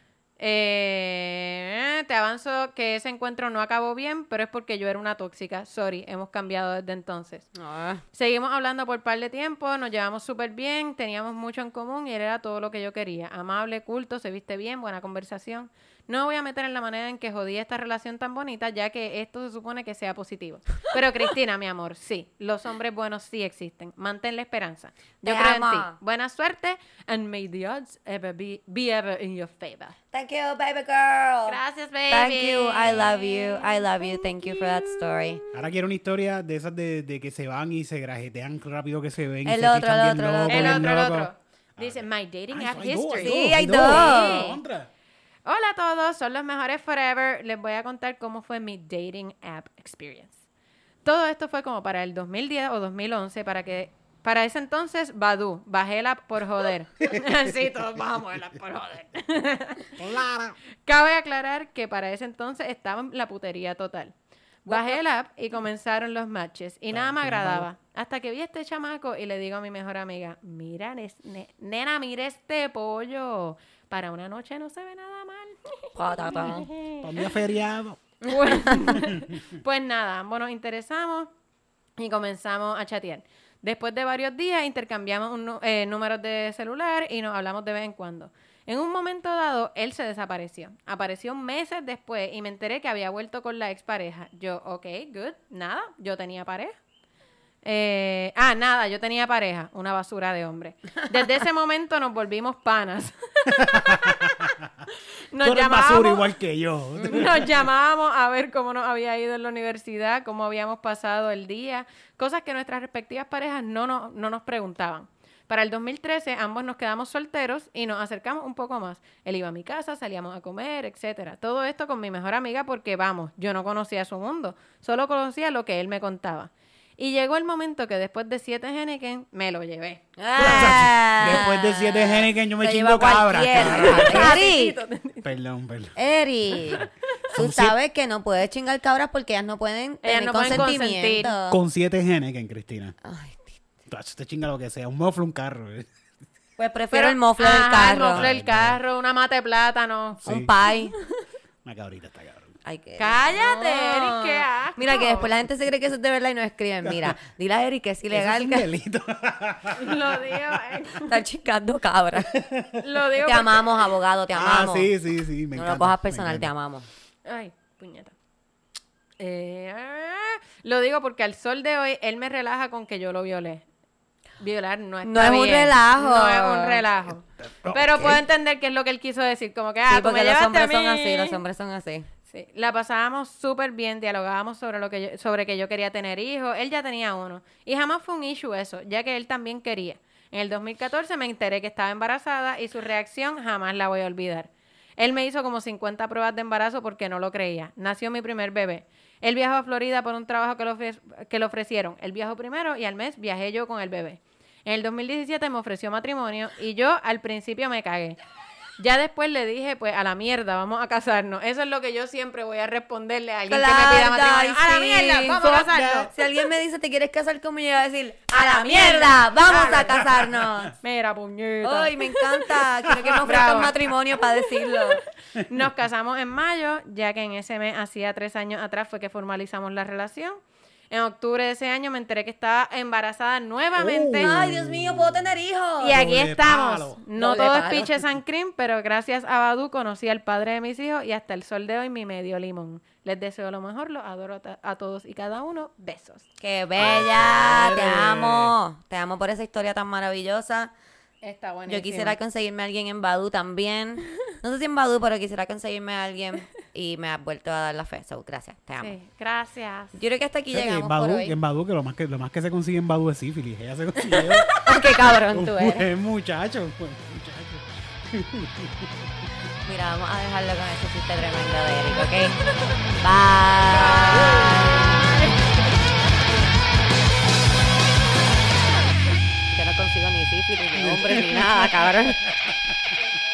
Te avanzo que ese encuentro no acabó bien, pero es porque yo era una tóxica. Sorry, hemos cambiado desde entonces. ah. Seguimos hablando por par de tiempo, nos llevamos súper bien, teníamos mucho en común y él era todo lo que yo quería. Amable, culto, se viste bien, buena conversación. No me voy a meter en la manera en que jodí esta relación tan bonita, ya que esto se supone que sea positivo. Pero Cristina, mi amor, sí, los hombres buenos sí existen. Mantén la esperanza. Yo Te creo en amo. ti. Buena suerte and may the odds ever be ever in your favor. Thank you, baby girl. Gracias, baby. Thank you. I love you. I love you. Thank you for that story. Ahora quiero una historia de esas de que se van y se grajetean rápido que se ven. y El se otro, fichan el bien otro, el locos, otro. bien El otro. locos. Dice, my dating Ay, app hay dos, history. Sí, hay dos. dos. Contra. Hola a todos, son los mejores forever. Les voy a contar cómo fue mi dating app experience. Todo esto fue como para el 2010 o 2011, para ese entonces, Badoo. Bajé el app por joder. Sí, todos bajamos el app por joder. Claro. Cabe aclarar que para ese entonces estaba en la putería total. Bajé el app y comenzaron los matches. Y nada me agradaba. Hasta que vi a este chamaco y le digo a mi mejor amiga, mira, nena, mira este pollo. Para una noche no se ve nada mal. Patatán. Para mí es feriado. Pues nada, ambos nos interesamos y comenzamos a chatear. Después de varios días intercambiamos números de celular y nos hablamos de vez en cuando. En un momento dado, él se desapareció. Apareció meses después y me enteré que había vuelto con la expareja. Yo, ok, good, nada, yo tenía pareja. Nada, yo tenía pareja, una basura de hombre. Desde ese momento nos volvimos panas. Tú eres basura igual que yo. Nos llamábamos a ver cómo nos había ido en la universidad, cómo habíamos pasado el día, cosas que nuestras respectivas parejas no nos preguntaban. Para el 2013 ambos nos quedamos solteros y nos acercamos un poco más. Él iba a mi casa, salíamos a comer, etcétera. Todo esto con mi mejor amiga porque, vamos, yo no conocía su mundo, solo conocía lo que él me contaba. Y llegó el momento que después de 7 Heineken me lo llevé. Después de 7 Heineken yo me Se chingo lleva cabra. cualquiera. Eric. Perdón. Eric, tú sabes que no puedes chingar cabras porque ellas no pueden tener no pueden consentimiento. Con 7 Heineken, Cristina. Ay, Te chinga lo que sea. Un mofle, un carro. pues prefiero el mofle del carro. El mofle del carro, una mate de plátano. Sí. Un pie. Una cabrita está cabrón. Ay, qué Cállate, no. Eric, qué asco. Mira que después la gente se cree que eso es de verdad y no escriben. Mira, dile a Eric que es ilegal Eso es que un delito. Lo digo, estar chingando cabras. lo digo Te amamos, abogado, te amamos. Sí. Me No encanta, lo cojas me personal, te encanta. amamos. Ay, puñeta. Lo digo porque al sol de hoy él me relaja con que yo lo violé. Violar no está No es un bien. relajo. No es un relajo. Pero Ok. puedo entender qué es lo que él quiso decir. Como que, Sí, tú me porque los llevaste a hombres son mí. así, los hombres son así. Sí, la pasábamos súper bien, dialogábamos sobre que yo quería tener hijos. Él ya tenía uno. Y jamás fue un issue eso, ya que él también quería. En el 2014 me enteré que estaba embarazada y su reacción jamás la voy a olvidar. Él me hizo como 50 pruebas de embarazo porque no lo creía. Nació mi primer bebé. Él viajó a Florida por un trabajo que le ofrecieron. Él viajó primero y al mes viajé yo con el bebé. En el 2017 me ofreció matrimonio y yo al principio me cagué. Ya después le dije, pues, a la mierda, vamos a casarnos. Eso es lo que yo siempre voy a responderle a alguien que me pida matrimonio. ¡A la mierda, vamos a casarnos! Si alguien me dice, ¿te quieres casar conmigo? Yo voy a decir, ¡a la mierda! ¡Vamos a casarnos! Mira, puñeta. ¡Ay, me encanta! Quiero que me ofrezcan Bravo. matrimonio para decirlo. Nos casamos en mayo, ya que en ese mes, hacía 3 años atrás, fue que formalizamos la relación. En octubre de ese año me enteré que estaba embarazada nuevamente. ¡Ay, Dios mío, puedo tener hijos! Y aquí Doble estamos. palo. No Doble todo es palo. peaches and cream, pero gracias a Badoo conocí al padre de mis hijos y hasta el sol de hoy mi medio limón. Les deseo lo mejor, los adoro a todos y cada uno. Besos. ¡Qué bella! Ay, ¡Te amo! Te amo por esa historia tan maravillosa. Está bueno. Yo quisiera conseguirme a alguien en Badoo también. No sé si en Badoo, pero quisiera conseguirme a alguien y me has vuelto a dar la fe. So, gracias, te amo. Sí, gracias. Yo creo que hasta aquí Sí, llegamos en por Badoo, hoy. en Badoo, que lo más que se consigue en Badoo es sífilis. Ella se consiguió ¡Qué cabrón un tú eres! buen muchacho. Un buen muchacho. Mira, vamos a dejarlo con ese chiste tremendo de Eric, ¿ok? Bye. Yo no consigo ni sífilis, ni hombre, ni nada, cabrón.